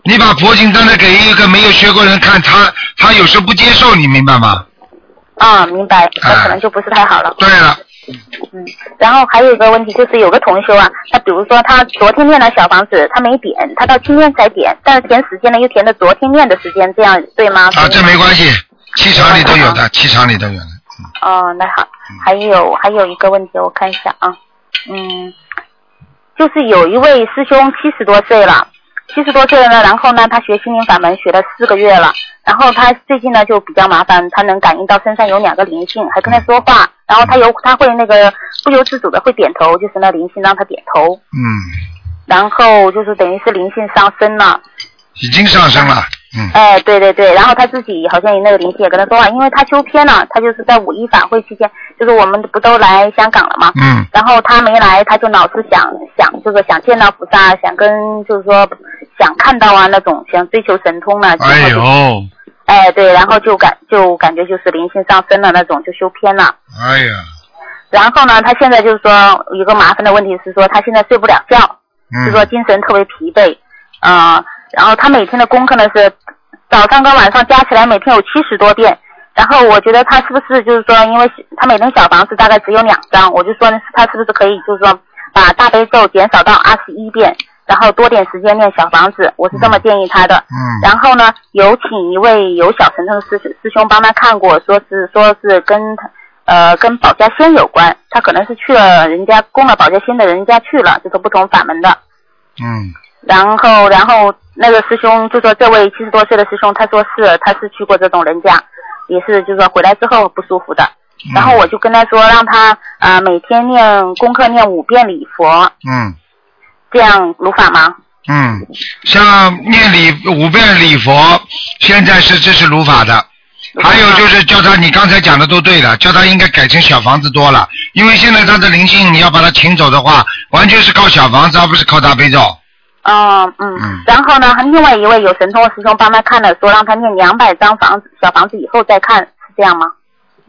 你把佛经单单给一个没有学过人看，他他有时候不接受，你明白吗？ 啊，明白，那可能就不是太好了。 对了。 嗯，然后还有一个问题就是有个同修啊，他比如说他昨天念了小房子，他没点，他到今天才点，但是填时间呢又填的昨天念的时间，这样对吗？ 啊，这没关系，气场里都有的，气场里都有的。 嗯、哦，那好，还有还有一个问题，我看一下啊，嗯，就是有一位师兄七十多岁了。七十多岁了呢，然后呢，他学心灵法门学了四个月了，然后他最近呢就比较麻烦，他能感应到身上有两个灵性，还跟他说话，然后他有他会那个不由自主的会点头，就是那灵性让他点头， 嗯， 然后就是等于是灵性上升了， 已经上升了，嗯， 哎，对对对，然后他自己好像那个灵性也跟他说话，因为他修偏了，他就是在五一法会期间，就是我们不都来香港了吗？ 嗯， 然后他没来，他就老是想想这个想见到菩萨，想跟就是说想看到啊那种，想追求神通啊。 哎呦， 哎对，然后就感就感觉就是灵性上升了那种，就修偏了。 哎呀， 然后呢，他现在就是说有一个麻烦的问题是说他现在睡不了觉， 嗯， 是说精神特别疲惫，啊、呃，然后他每天的功课呢是早上跟晚上加起来每天有七十多遍。然后我觉得他是不是就是说，因为他每栋小房子大概只有两张，我就说他是不是可以就是说把大悲咒减少到二十一遍，然后多点时间念小房子，我是这么建议他的。 嗯。 然后呢，有请一位有小神通的师师兄帮他看过，说是说是跟呃跟保家仙有关，他可能是去了人家供了保家仙的人家去了，这个不同法门的。 嗯。 然后然后那个师兄就说这位七十多岁的师兄，他说是他是去过这种人家。也是就是说回来之后不舒服的，然后我就跟他说让他啊、呃、每天念功课念五遍礼佛， 嗯， 这样如法吗？ 嗯，像念礼五遍礼佛，现在是这是如法的。还有就是叫他，你刚才讲的都对的，叫他应该改成小房子多了，因为现在他的灵性你要把他请走的话，完全是靠小房子，而不是靠大悲咒。 嗯嗯，嗯然后呢，另外一位有神通的师兄帮他看了，说让他念两百张房子小房子以后再看，是这样吗？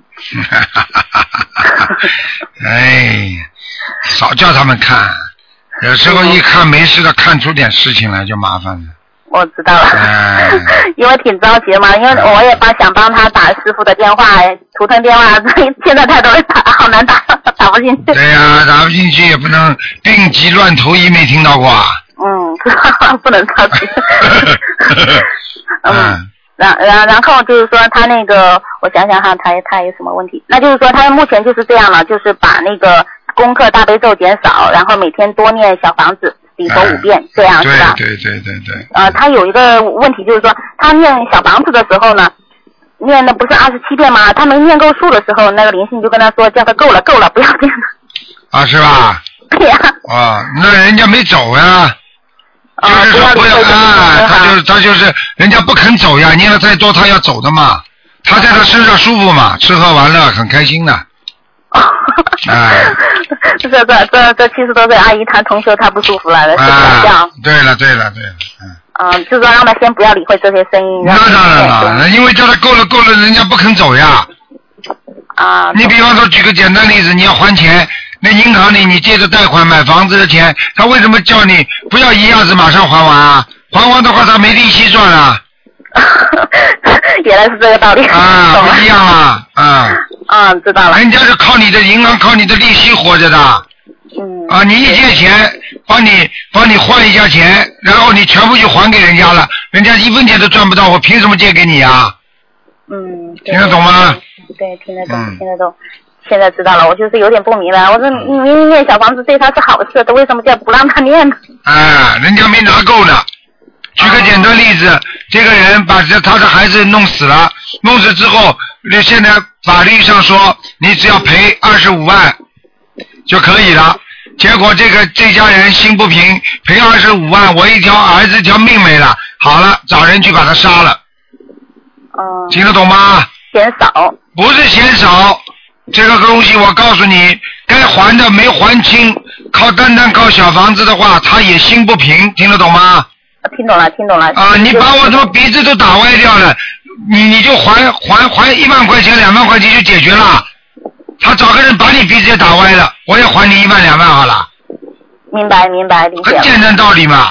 哎，少叫他们看，有时候一看没事的，看出点事情来就麻烦了。 我知道了， 哎、 因为挺着急嘛，因为我也帮想帮他打师傅的电话，图腾电话，现在太多人打，好难打，打不进去。 对呀、啊，打不进去也不能病急乱投医，没听到过啊？ 嗯，不能着急。嗯，然然然后就是说他那个，我想想哈，他他有什么问题？那就是说他目前就是这样了，就是把那个功课大悲咒减少，然后每天多念小房子礼佛五遍，这样是吧？ 对对对对对。 呃，他有一个问题就是说，他念小房子的时候呢，念的不是二十七遍吗？他没念够数的时候，那个灵性就跟他说，叫他够了够了，不要念了。 啊，是吧？ 对呀。 啊，那人家没走呀。就是说不要啊，他就是他就是人家不肯走呀，念了再多他要走的嘛，他在他身上舒服嘛，吃喝玩乐很开心的。哎， 这这这这七十多岁阿姨她同学她不舒服了，睡不着觉。 对了对了对了，嗯。 嗯，就说让他先不要理会这些声音。 那当然了，因为叫他够了够了，人家不肯走呀。 啊。 你比方说举个简单例子，你要还钱。那银行里你借着贷款买房子的钱，他为什么叫你不要一下子马上还完啊？还完的话他没利息赚啊。 原来是这个道理。 啊，不一样啊，啊。 嗯，知道了。 人家是靠你的银行靠你的利息活着的。 嗯。 啊，你一借钱，帮你帮你换一下钱，然后你全部就还给人家了，人家一分钱都赚不到，我凭什么借给你啊？ 嗯。 听得懂吗？ 对，听得懂，嗯、听得懂。现在知道了，我就是有点不明白。我说你明明念小房子对他是好事，他为什么叫不让他念呢？ 啊，人家没拿够呢。举个简单例子，哦、这个人把这他的孩子弄死了，弄死之后，现在法律上说你只要赔二十五万就可以了。结果这个这家人心不平，赔二十五万，我一条儿子一条命没了。好了，找人去把他杀了。 嗯。 听得懂吗？ 嫌少。 不是嫌少。这个东西我告诉你，该还的没还清，靠单单靠小房子的话，他也心不平，听得懂吗？ 听懂了，听懂了。 啊，你把我这鼻子都打歪掉了，你你就还还还一万块钱、两万块钱就解决了。他找个人把你鼻子也打歪了，我也还你一万两万好了。 明白明白，理解了。 很简单道理嘛。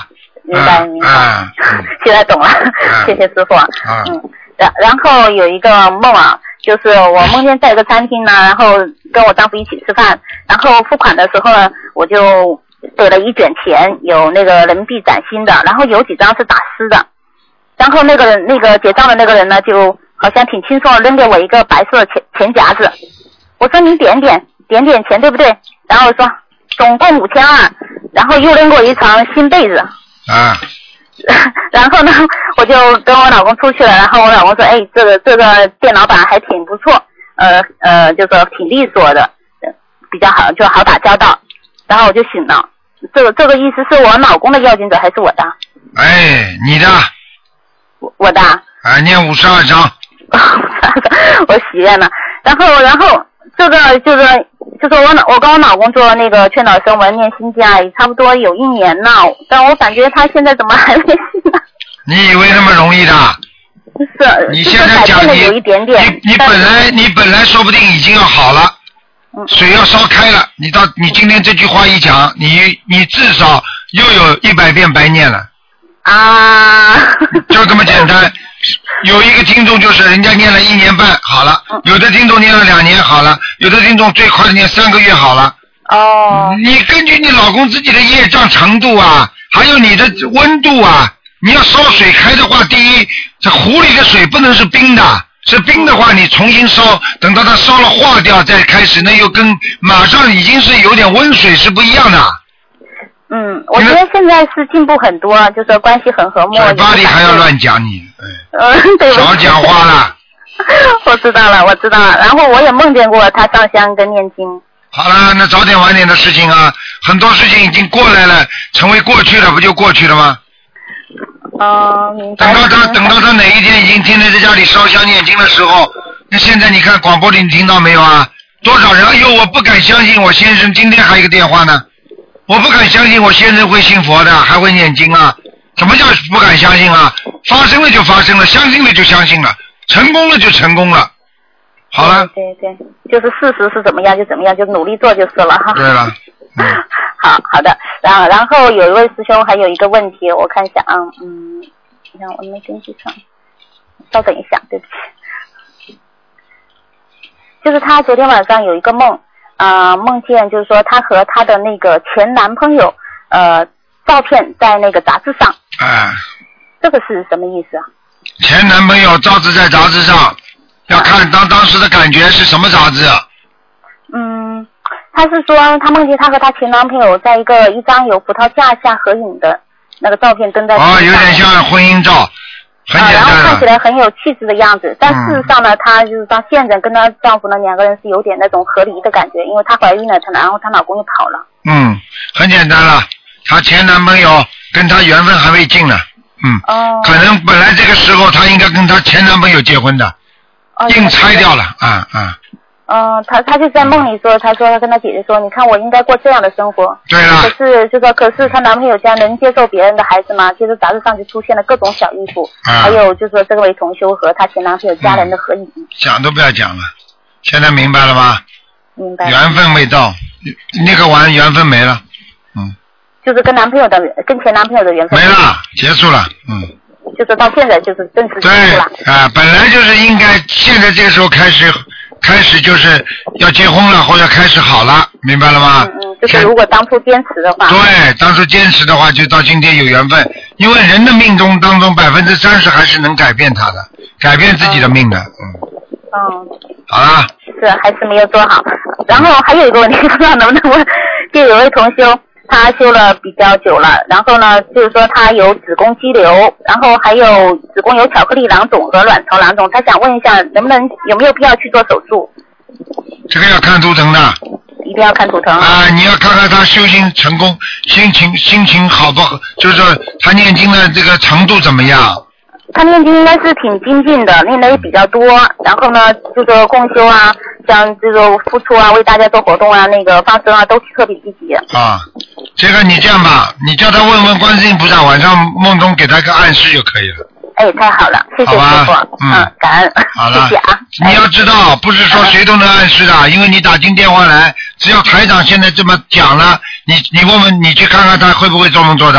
明白明白，啊、现在懂了，啊、谢谢师傅。啊、嗯，然然后有一个梦啊，就是我梦见在一个餐厅呢，然后跟我丈夫一起吃饭，然后付款的时候呢，我就给了一卷钱，有那个人民币崭新的，然后有几张是打湿的，然后那个人那个结账的那个人呢，就好像挺轻松的扔给我一个白色的钱钱夹子，我说你点点点点钱对不对？然后我说总共五千二，然后又扔给我一床新被子。啊。然后呢，我就跟我老公出去了，然后我老公说，哎，这个这个店老板还挺不错，呃呃，就说挺利索的，比较好，就好打交道。然后我就醒了，这个这个意思是我老公的要经者还是我的？哎，你的。我我的。啊，念五十二章。我许愿了，然后然后这个就是就是我我跟我老公做那个劝导声闻念心经也差不多有一年了，但我感觉他现在怎么还没信呢？你以为那么容易的？是，你现在讲你有一点点，你你本来你本来说不定已经要好了，水要烧开了，你到你今天这句话一讲，你你至少又有一百遍白念了啊，就这么简单。有一个听众就是人家念了一年半好了，有的听众念了两年好了，有的听众最快的念三个月好了。哦。你根据你老公自己的业障程度啊，还有你的温度啊，你要烧水开的话，第一，这壶里的水不能是冰的，是冰的话你重新烧，等到它烧了化掉再开始，那又跟马上已经是有点温水是不一样的。嗯，我觉得现在是进步很多，就是关系很和睦。嘴巴里还要乱讲你，哎，嗯，对不起，少讲话了。我知道了，我知道了。然后我也梦见过他上香跟念经。好了，那早点晚点的事情啊，很多事情已经过来了，成为过去了，不就过去了吗？哦，明白。等到他等到他哪一天已经天天在家里烧香念经的时候，那现在你看广播里你听到没有啊？多少人？哎呦，我不敢相信，我先生今天还有一个电话呢。我不敢相信我先生会信佛的，还会念经啊！什么叫不敢相信啊？发生了就发生了，相信了就相信了，成功了就成功了。好了。对对对，就是事实是怎么样就怎么样，就努力做就是了哈。对了。嗯、好好的，然后然后有一位师兄还有一个问题，我看一下啊，嗯，你看我没跟记上，稍等一下，对不起。就是他昨天晚上有一个梦。啊、呃，梦见就是说她和她的那个前男朋友呃照片在那个杂志上。啊。这个是什么意思啊？前男朋友照志在杂志上，要看当当时的感觉是什么杂志？嗯，他是说他梦见他和他前男朋友在一个一张有葡萄架下合影的那个照片登在。哦，有点像婚姻照。很简单、啊、然后看起来很有气质的样子，但事实上呢，她、嗯、就是到现在跟她丈夫呢两个人是有点那种和离的感觉，因为她怀孕了，她然后她老公就跑了。嗯，很简单了，她前男朋友跟她缘分还未尽呢，嗯，哦，可能本来这个时候她应该跟她前男朋友结婚的，哦、硬拆掉了，啊啊。嗯，他他就在梦里说，他说他跟他姐姐说，你看我应该过这样的生活。对了。可是就说，可是她男朋友家能接受别人的孩子吗？接着杂志上就出现了各种小衣服，啊、还有就说这位同修和她前男朋友家人的合影。嗯、讲都不要讲了，现在明白了吗？明白。缘分未到，那个完缘分没了，嗯。就是跟男朋友的跟前男朋友的缘分没了，结束了，嗯。就是到现在就是正式结束了。对啊，本来就是应该现在这个时候开始。开始就是要结婚了，或者开始好了，明白了吗？嗯嗯，就是如果当初坚持的话。对，当初坚持的话，就到今天有缘分。因为人的命中当中百分之三十还是能改变他的，改变自己的命的，嗯。嗯。好啦。是，还是没有做好。然后还有一个问题，不知道能不能问，就有位同修。他修了比较久了，然后呢，就是说他有子宫肌瘤，然后还有子宫有巧克力囊肿和卵巢囊肿，他想问一下，能不能有没有必要去做手术？这个要看图腾的。一定要看图腾。啊，你要看看他修行成功，心情心情好不好，就是说他念经的这个程度怎么样？他念经应该是挺精进的，念的也比较多，然后呢，就说共修啊，像这个付出啊，为大家做活动啊，那个放生啊，都特别积极。啊，这个你这样吧，你叫他问问观世音菩萨，晚上梦中给他个暗示就可以了。哎，太好了，谢谢师傅，嗯，感恩，好了，谢谢啊。你要知道，不是说谁都能暗示的，因为你打进电话来，只要台长现在这么讲了，你你问问，你去看看他会不会做梦做到。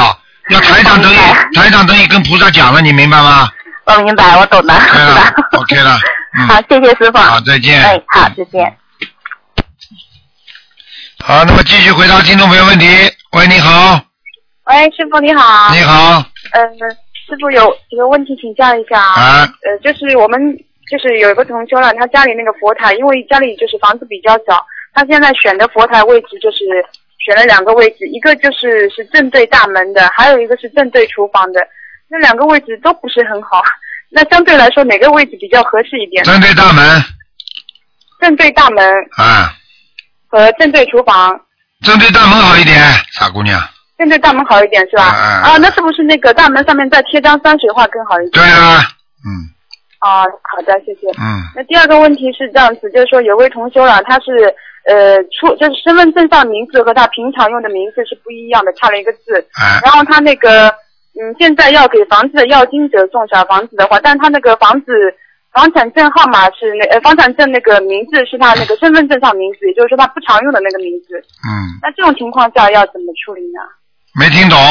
要台长等于台长等于跟菩萨讲了，你明白吗？ 我明白，我懂了。 对了 ，OK 了。嗯、 好，谢谢师傅。 好，再见。 哎，好，再见。 好，那么继续回答听众朋友问题。喂，你好。 喂，师傅你好。 你好。 嗯、呃，师傅有几个问题请教一下啊。 呃，就是我们就是有一个同修了，他家里那个佛台，因为家里就是房子比较小，他现在选的佛台位置就是选了两个位置，一个就是是正对大门的，还有一个是正对厨房的，那两个位置都不是很好。那相对来说哪个位置比较合适一点？ 正对大门。 正对大门。 啊。 和正对厨房。 正对大门好一点，傻姑娘。 正对大门好一点是吧？ 啊, 啊，那是不是那个大门上面再贴张山水画更好一点？ 对啊，嗯。 啊，好的，谢谢。 嗯。 那第二个问题是这样子，就是说有位同修了，他是呃出就是身份证上名字和他平常用的名字是不一样的，差了一个字。 啊。 然后他那个嗯现在要给房子的要经者送小房子的话，但他那个房子房产证号码是那呃房产证那个名字是他那个身份证上名字，也就是说他不常用的那个名字。 嗯。 那这种情况下要怎么处理呢？ 没听懂。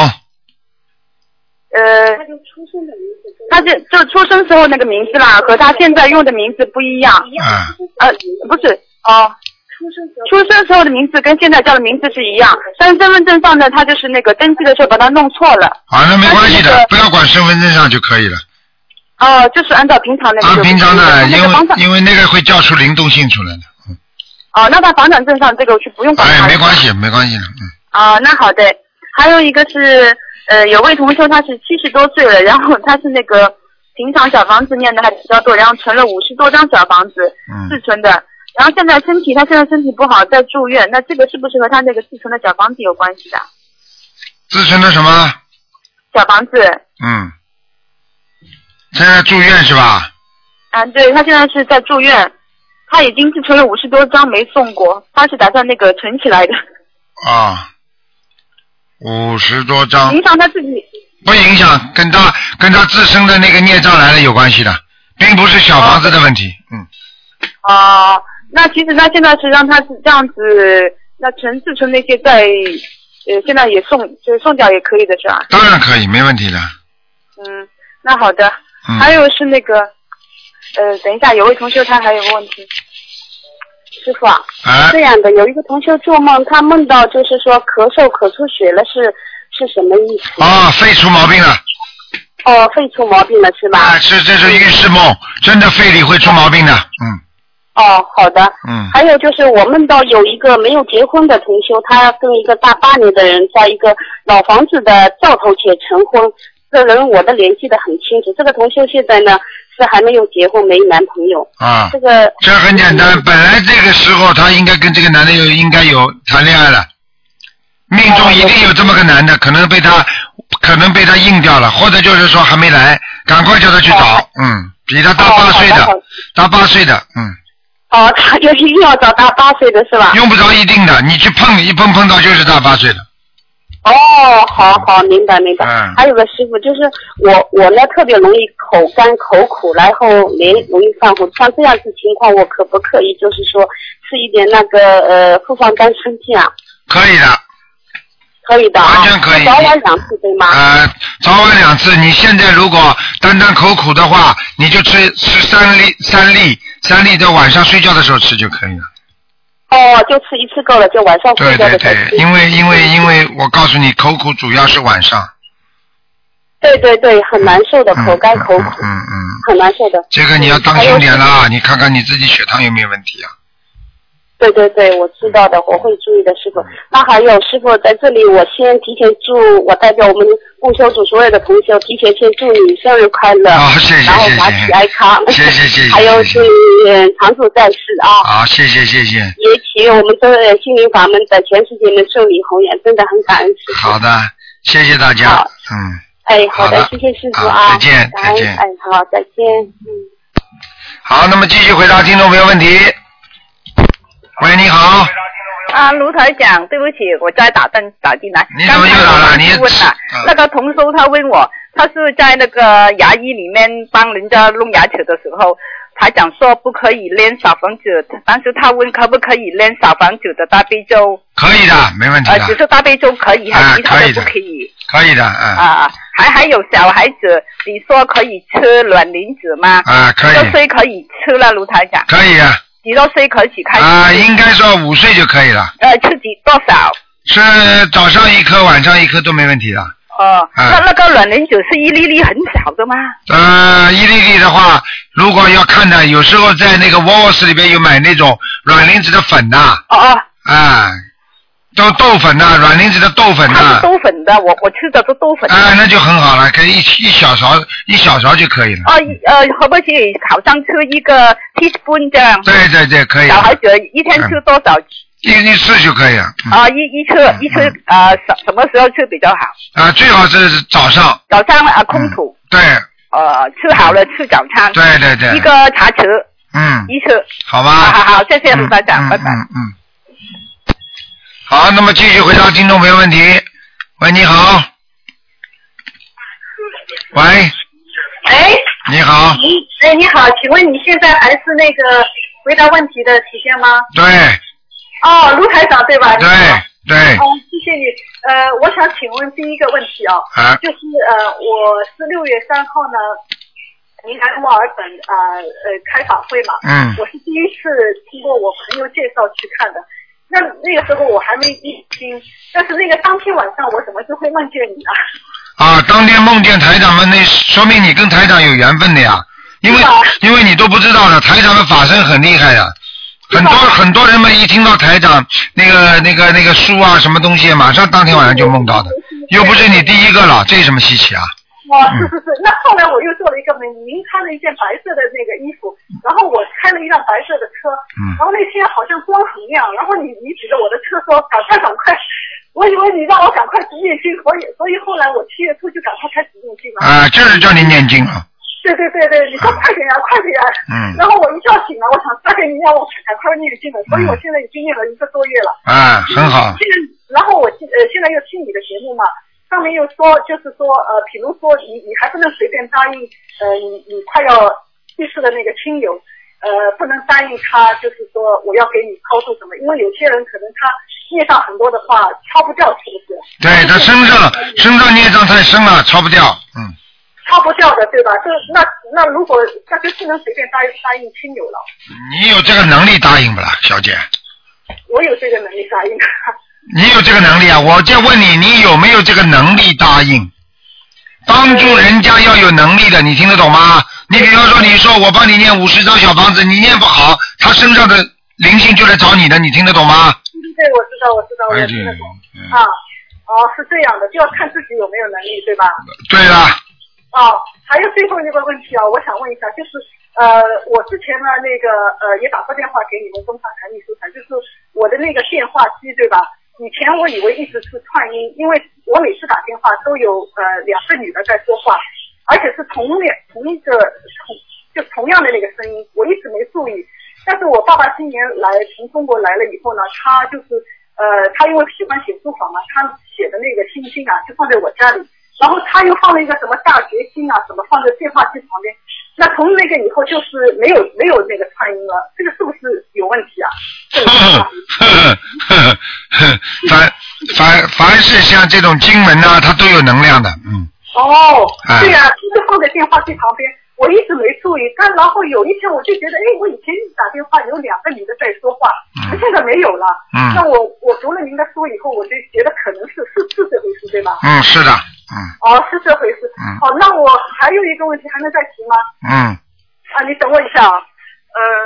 呃，他就出生的名字，他就就出生时候那个名字啦，和他现在用的名字不一样。 啊。 呃，不是哦。出生时候出生时候的名字跟现在叫的名字是一样，但是身份证上呢，他就是那个登记的时候把它弄错了。 啊，那没关系的，那个、不要管身份证上就可以了。 哦，就是按照平常那个。 按平常的，因为因为那个会叫出灵动性出来的。嗯。 哦，那他房产证上这个就不用管它。 哎，没关系，没关系的，嗯。 啊，那好的。还有一个是，呃，有位同修他是七十多岁了，然后他是那个平常小房子念的还比较多，然后存了五十多张小房子， 嗯， 自存的。然后现在身体，他现在身体不好，在住院，那这个是不是和他那个自存的小房子有关系的？ 自存的什么？ 小房子。 嗯。现在住院是吧？ 啊，对，他现在是在住院，他已经自存了五十多张没送过，他是打算那个存起来的。 啊。五十多张， 影响他自己不影响，跟他跟他自身的那个孽障来了有关系的，并不是小房子的问题。嗯。 啊、呃，那其实他现在是让他是这样子，那存自存那些在呃现在也送，就是送掉也可以的是吧？ 当然可以，没问题的。 嗯，那好的。 嗯、 还有是那个呃，等一下，有位同学他还有个问题。师傅啊， 啊这样的，有一个同学做梦，他梦到就是说咳嗽咳出血了，是是什么意思？ 啊，肺出毛病了。 哦，肺出毛病了是吧？ 啊，是这是预示梦，真的肺里会出毛病的，嗯。 哦，好的。 嗯。 还有就是我梦到有一个没有结婚的同修，他跟一个大八年的人在一个老房子的灶头前成婚，这人我的联系的很清楚。这个同修现在呢是还没有结婚，没男朋友。 啊。 这个这很简单，本来这个时候他应该跟这个男的有应该有谈恋爱了，命中一定有这么个男的，可能被他可能被他应掉了，或者就是说还没来，赶快叫他去找，哦、嗯，比他大八岁的， 哦、 大八岁的，嗯。 哦，他就一定要找大八岁的是吧？ 用不着一定的，你去碰一碰碰到就是大八岁的。 哦，好好，明白明白。嗯。还有个师傅，就是我我呢特别容易口干口苦，然后脸容易泛红，像这样子情况，我可不可以就是说吃一点那个呃复方丹参片啊？ 可以的。 可以的啊。 完全可以。 早晚两次对吗？ 呃，早晚两次。你现在如果单单口苦的话，你就吃吃三粒三粒三粒，在晚上睡觉的时候吃就可以了。 哦，就吃一次够了，就晚上睡觉的时候吃。 对对对，因为因为因为我告诉你，口苦主要是晚上。 对对对，很难受的，口干口苦。 嗯嗯。嗯很难受的。 这个你要当心点啦，你看看你自己血糖有没有问题啊？ 对对对，我知道的，我会注意的，师傅。那还有师傅在这里，我先提前祝我代表我们共修组所有的同修，提前先祝你生日快乐， 啊、哦，谢谢， 然后法体安康， 谢谢谢谢， 还有是长驻在世啊。 好，谢谢谢谢。 也祈我们这心灵法门在全世界能顺利弘扬，真的很感恩师傅。 好的，谢谢大家。嗯。 哎，好的，谢谢师傅啊， 再见再见。 哎，好，再见。嗯。 好，那么继续回答听众朋友问题。喂，你好。 啊，卢台长，对不起，我再打灯打进来。 你怎么又打了？你问了、嗯、那个同修他问我，他是在那个牙医里面帮人家弄牙齿的时候，台长说不可以念小房子，但是他问可不可以念小房子的大悲咒？ 可以的，没问题的。 呃，只是大悲咒可以，还是其他的不可以？ 可以的，嗯。 啊，还还有小孩子，你说可以吃卵磷脂吗？ 啊，可以。 几多岁可以吃了，卢台长？ 可以啊。 几多岁可以开始？ 啊，应该说五岁就可以了。 呃，吃几多少？ 是早上一颗，晚上一颗都没问题的。 哦，啊、那那个卵磷脂是一粒粒很小的吗？ 呃，一粒粒的话，如果要看的，有时候在那个沃沃斯里边有买那种卵磷脂的粉的。 哦哦。 啊，都豆粉的，卵磷脂的豆粉的。 它是豆粉的，我我吃的是豆粉的。 啊，那就很好了，可以一一小勺一小勺就可以了。 哦，呃，可不可以好像吃一个 teaspoon 这样？ 对对对，可以。 小孩子一天吃多少？ 一一次就可以了。 啊、嗯，一一次一次啊，什、呃、什么时候吃比较好？ 啊，最好是早上。 早上啊，空腹。 嗯、对。 呃，吃好了吃早餐。 对对对。 一个茶匙。 嗯。 一次。 好吧。 好好好，谢谢卢台长， 嗯、 拜拜。 嗯嗯。好，那么继续回答听众朋友问题。喂，你好。喂。 哎。 你好。 你哎，你好，请问你现在还是那个回答问题的期间吗？ 对。 哦，卢台长对吧？ 对对。 哦，谢谢你。呃，我想请问第一个问题哦， 啊、 就是呃，我是六月三号呢，您来墨尔本啊 呃, 呃开法会嘛， 嗯， 我是第一次通过我朋友介绍去看的。那那个时候我还没念经，但是那个当天晚上我怎么就会梦见你呢？ 啊，当天梦见台长们，那说明你跟台长有缘分的呀，因为因为你都不知道的，台长的法身很厉害的。很多很多人们一听到台长那个那个那个书啊什么东西，马上当天晚上就梦到的，又不是你第一个了，这有什么稀奇啊？ 哦，是是是。那后来我又做了一个梦，您穿了一件白色的那个衣服，然后我开了一辆白色的车， 嗯， 然后那天好像光很亮，然后你你指着我的车说赶快赶快，我以为你让我赶快念经，所以所以后来我七月初就赶快开始念经了。 啊，就是叫你念经了。 对对对对，你说快点呀、啊，快点呀、啊！ 嗯。 然后我一觉醒了，我想大概你让我赶快念经了，所以我现在已经念了一个多月了。 啊，很好。 现在，然后我呃现在又听你的节目嘛，上面又说就是说呃，比如说你你还不能随便答应呃你你快要去世的那个亲友，呃不能答应他，就是说我要给你超度什么，因为有些人可能他孽障很多的话超不掉，是不是？ 对，他身上身上孽障太深了，超不掉，嗯。 超不掉的，对吧？这那那如果那就不能随便答应答应亲友了。 你有这个能力答应不啦，小姐？ 我有这个能力答应。 你有这个能力啊？我在问你，你有没有这个能力答应？帮助人家要有能力的，你听得懂吗？你比方说，你说我帮你念五十张小房子，你念不好，他身上的灵性就来找你的，你听得懂吗？ 对，我知道，我知道，我听得懂。嗯、啊，哦，是这样的，就要看自己有没有能力，对吧？ 对了。 哦，还有最后一个问题啊，我想问一下，就是呃，我之前呢那个呃也打过电话给你们东方台秘书台，就是我的那个电话机，对吧？以前我以为一直是串音，因为我每次打电话都有呃两个女的在说话，而且是同两同一个同就同样的那个声音，我一直没注意。但是我爸爸今年来从中国来了以后呢，他就是呃他因为喜欢写书法嘛，他写的那个心经啊就放在我家里。然后他又放了一个什么大决心啊，什么放在电话机旁边。那从那个以后就是没有没有那个串音了，这个是不是有问题啊？ 凡凡凡是像这种经文啊，它都有能量的，嗯。 哦，对呀、啊，就是放在电话机旁边，我一直没注意。但然后有一天我就觉得，哎，我以前打电话有两个女的在说话，嗯、现在没有了。嗯。那我我读了您的书以后，我就觉得可能是是是这回事，对吧？ 嗯，是的。嗯。哦， 是这回事。嗯。好，那我还有一个问题，还能再提吗？ 嗯。 啊，你等我一下啊。嗯、呃。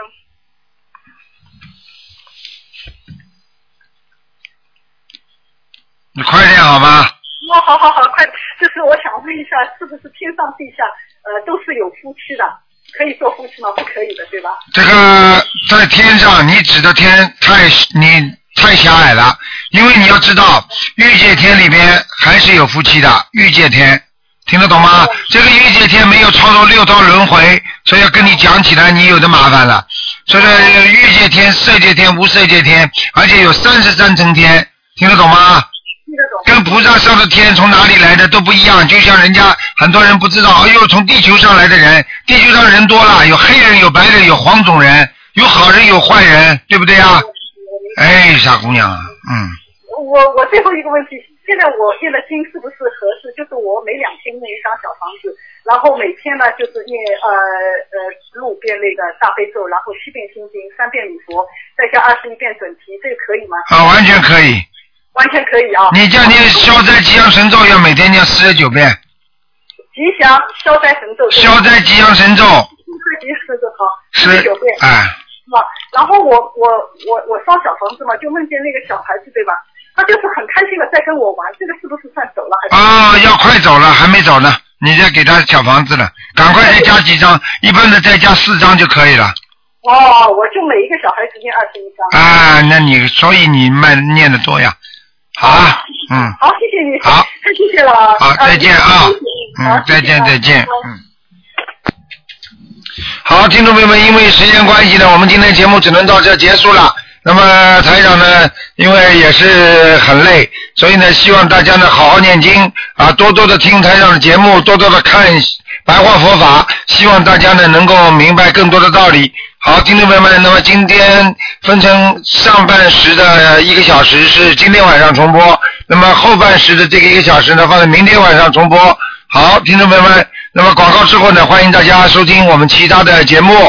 你快点好吗？ 哦，好好好，快！就是我想问一下，是不是天上地下呃都是有夫妻的？可以做夫妻吗？不可以的，对吧？ 这个在天上，你指的天太你太狭隘了，因为你要知道，欲界天里面还是有夫妻的，欲界天听得懂吗？哦、这个欲界天没有超出六道轮回，所以要跟你讲起来，你有的麻烦了。 这个欲界天、色界天、无色界天，而且有三十三层天，听得懂吗？ 听得懂。 跟菩萨上的天从哪里来的都不一样，就像人家很多人不知道，哎呦，从地球上来的人，地球上人多了，有黑人、有白人、有黄种人，有好人有坏人，对不对啊？哎，傻姑娘，嗯。 我我最后一个问题，现在我念的经是不是合适？就是我每两天念一张小房子，然后每天呢就是念呃呃十五遍那个大悲咒，然后七遍心经，三遍礼佛，再加二十一遍准提，这个可以吗？ 啊，完全可以。 完全可以啊。 你叫念消灾吉祥神咒要每天念四十九遍。 吉祥消灾神咒。 消灾吉祥神咒。 消灾吉祥神咒好，四十九遍。 哎。 啊，然后我我我我烧小房子嘛，就梦见那个小孩子对吧？他就是很开心的在跟我玩，这个是不是算走了？还是啊，要快走了，还没走呢，你再给他小房子了，赶快再加几张，一般的再加四张就可以了。 哦，我就每一个小孩子念二十一张。 啊，那你所以你慢念的多呀。好啊，嗯。 好，谢谢你。 好， 太谢谢了。 好，再见啊。嗯，再见再见，嗯。好，听众朋友们，因为时间关系呢，我们今天节目只能到这结束了。那么台长呢，因为也是很累，所以呢，希望大家呢好好念经啊，多多的听台长的节目，多多的看白话佛法，希望大家呢能够明白更多的道理。好，听众朋友们，那么今天分成上半时的一个小时是今天晚上重播，那么后半时的这个一个小时呢放在明天晚上重播。好，听众朋友们，那么广告之后呢，欢迎大家收听我们其他的节目。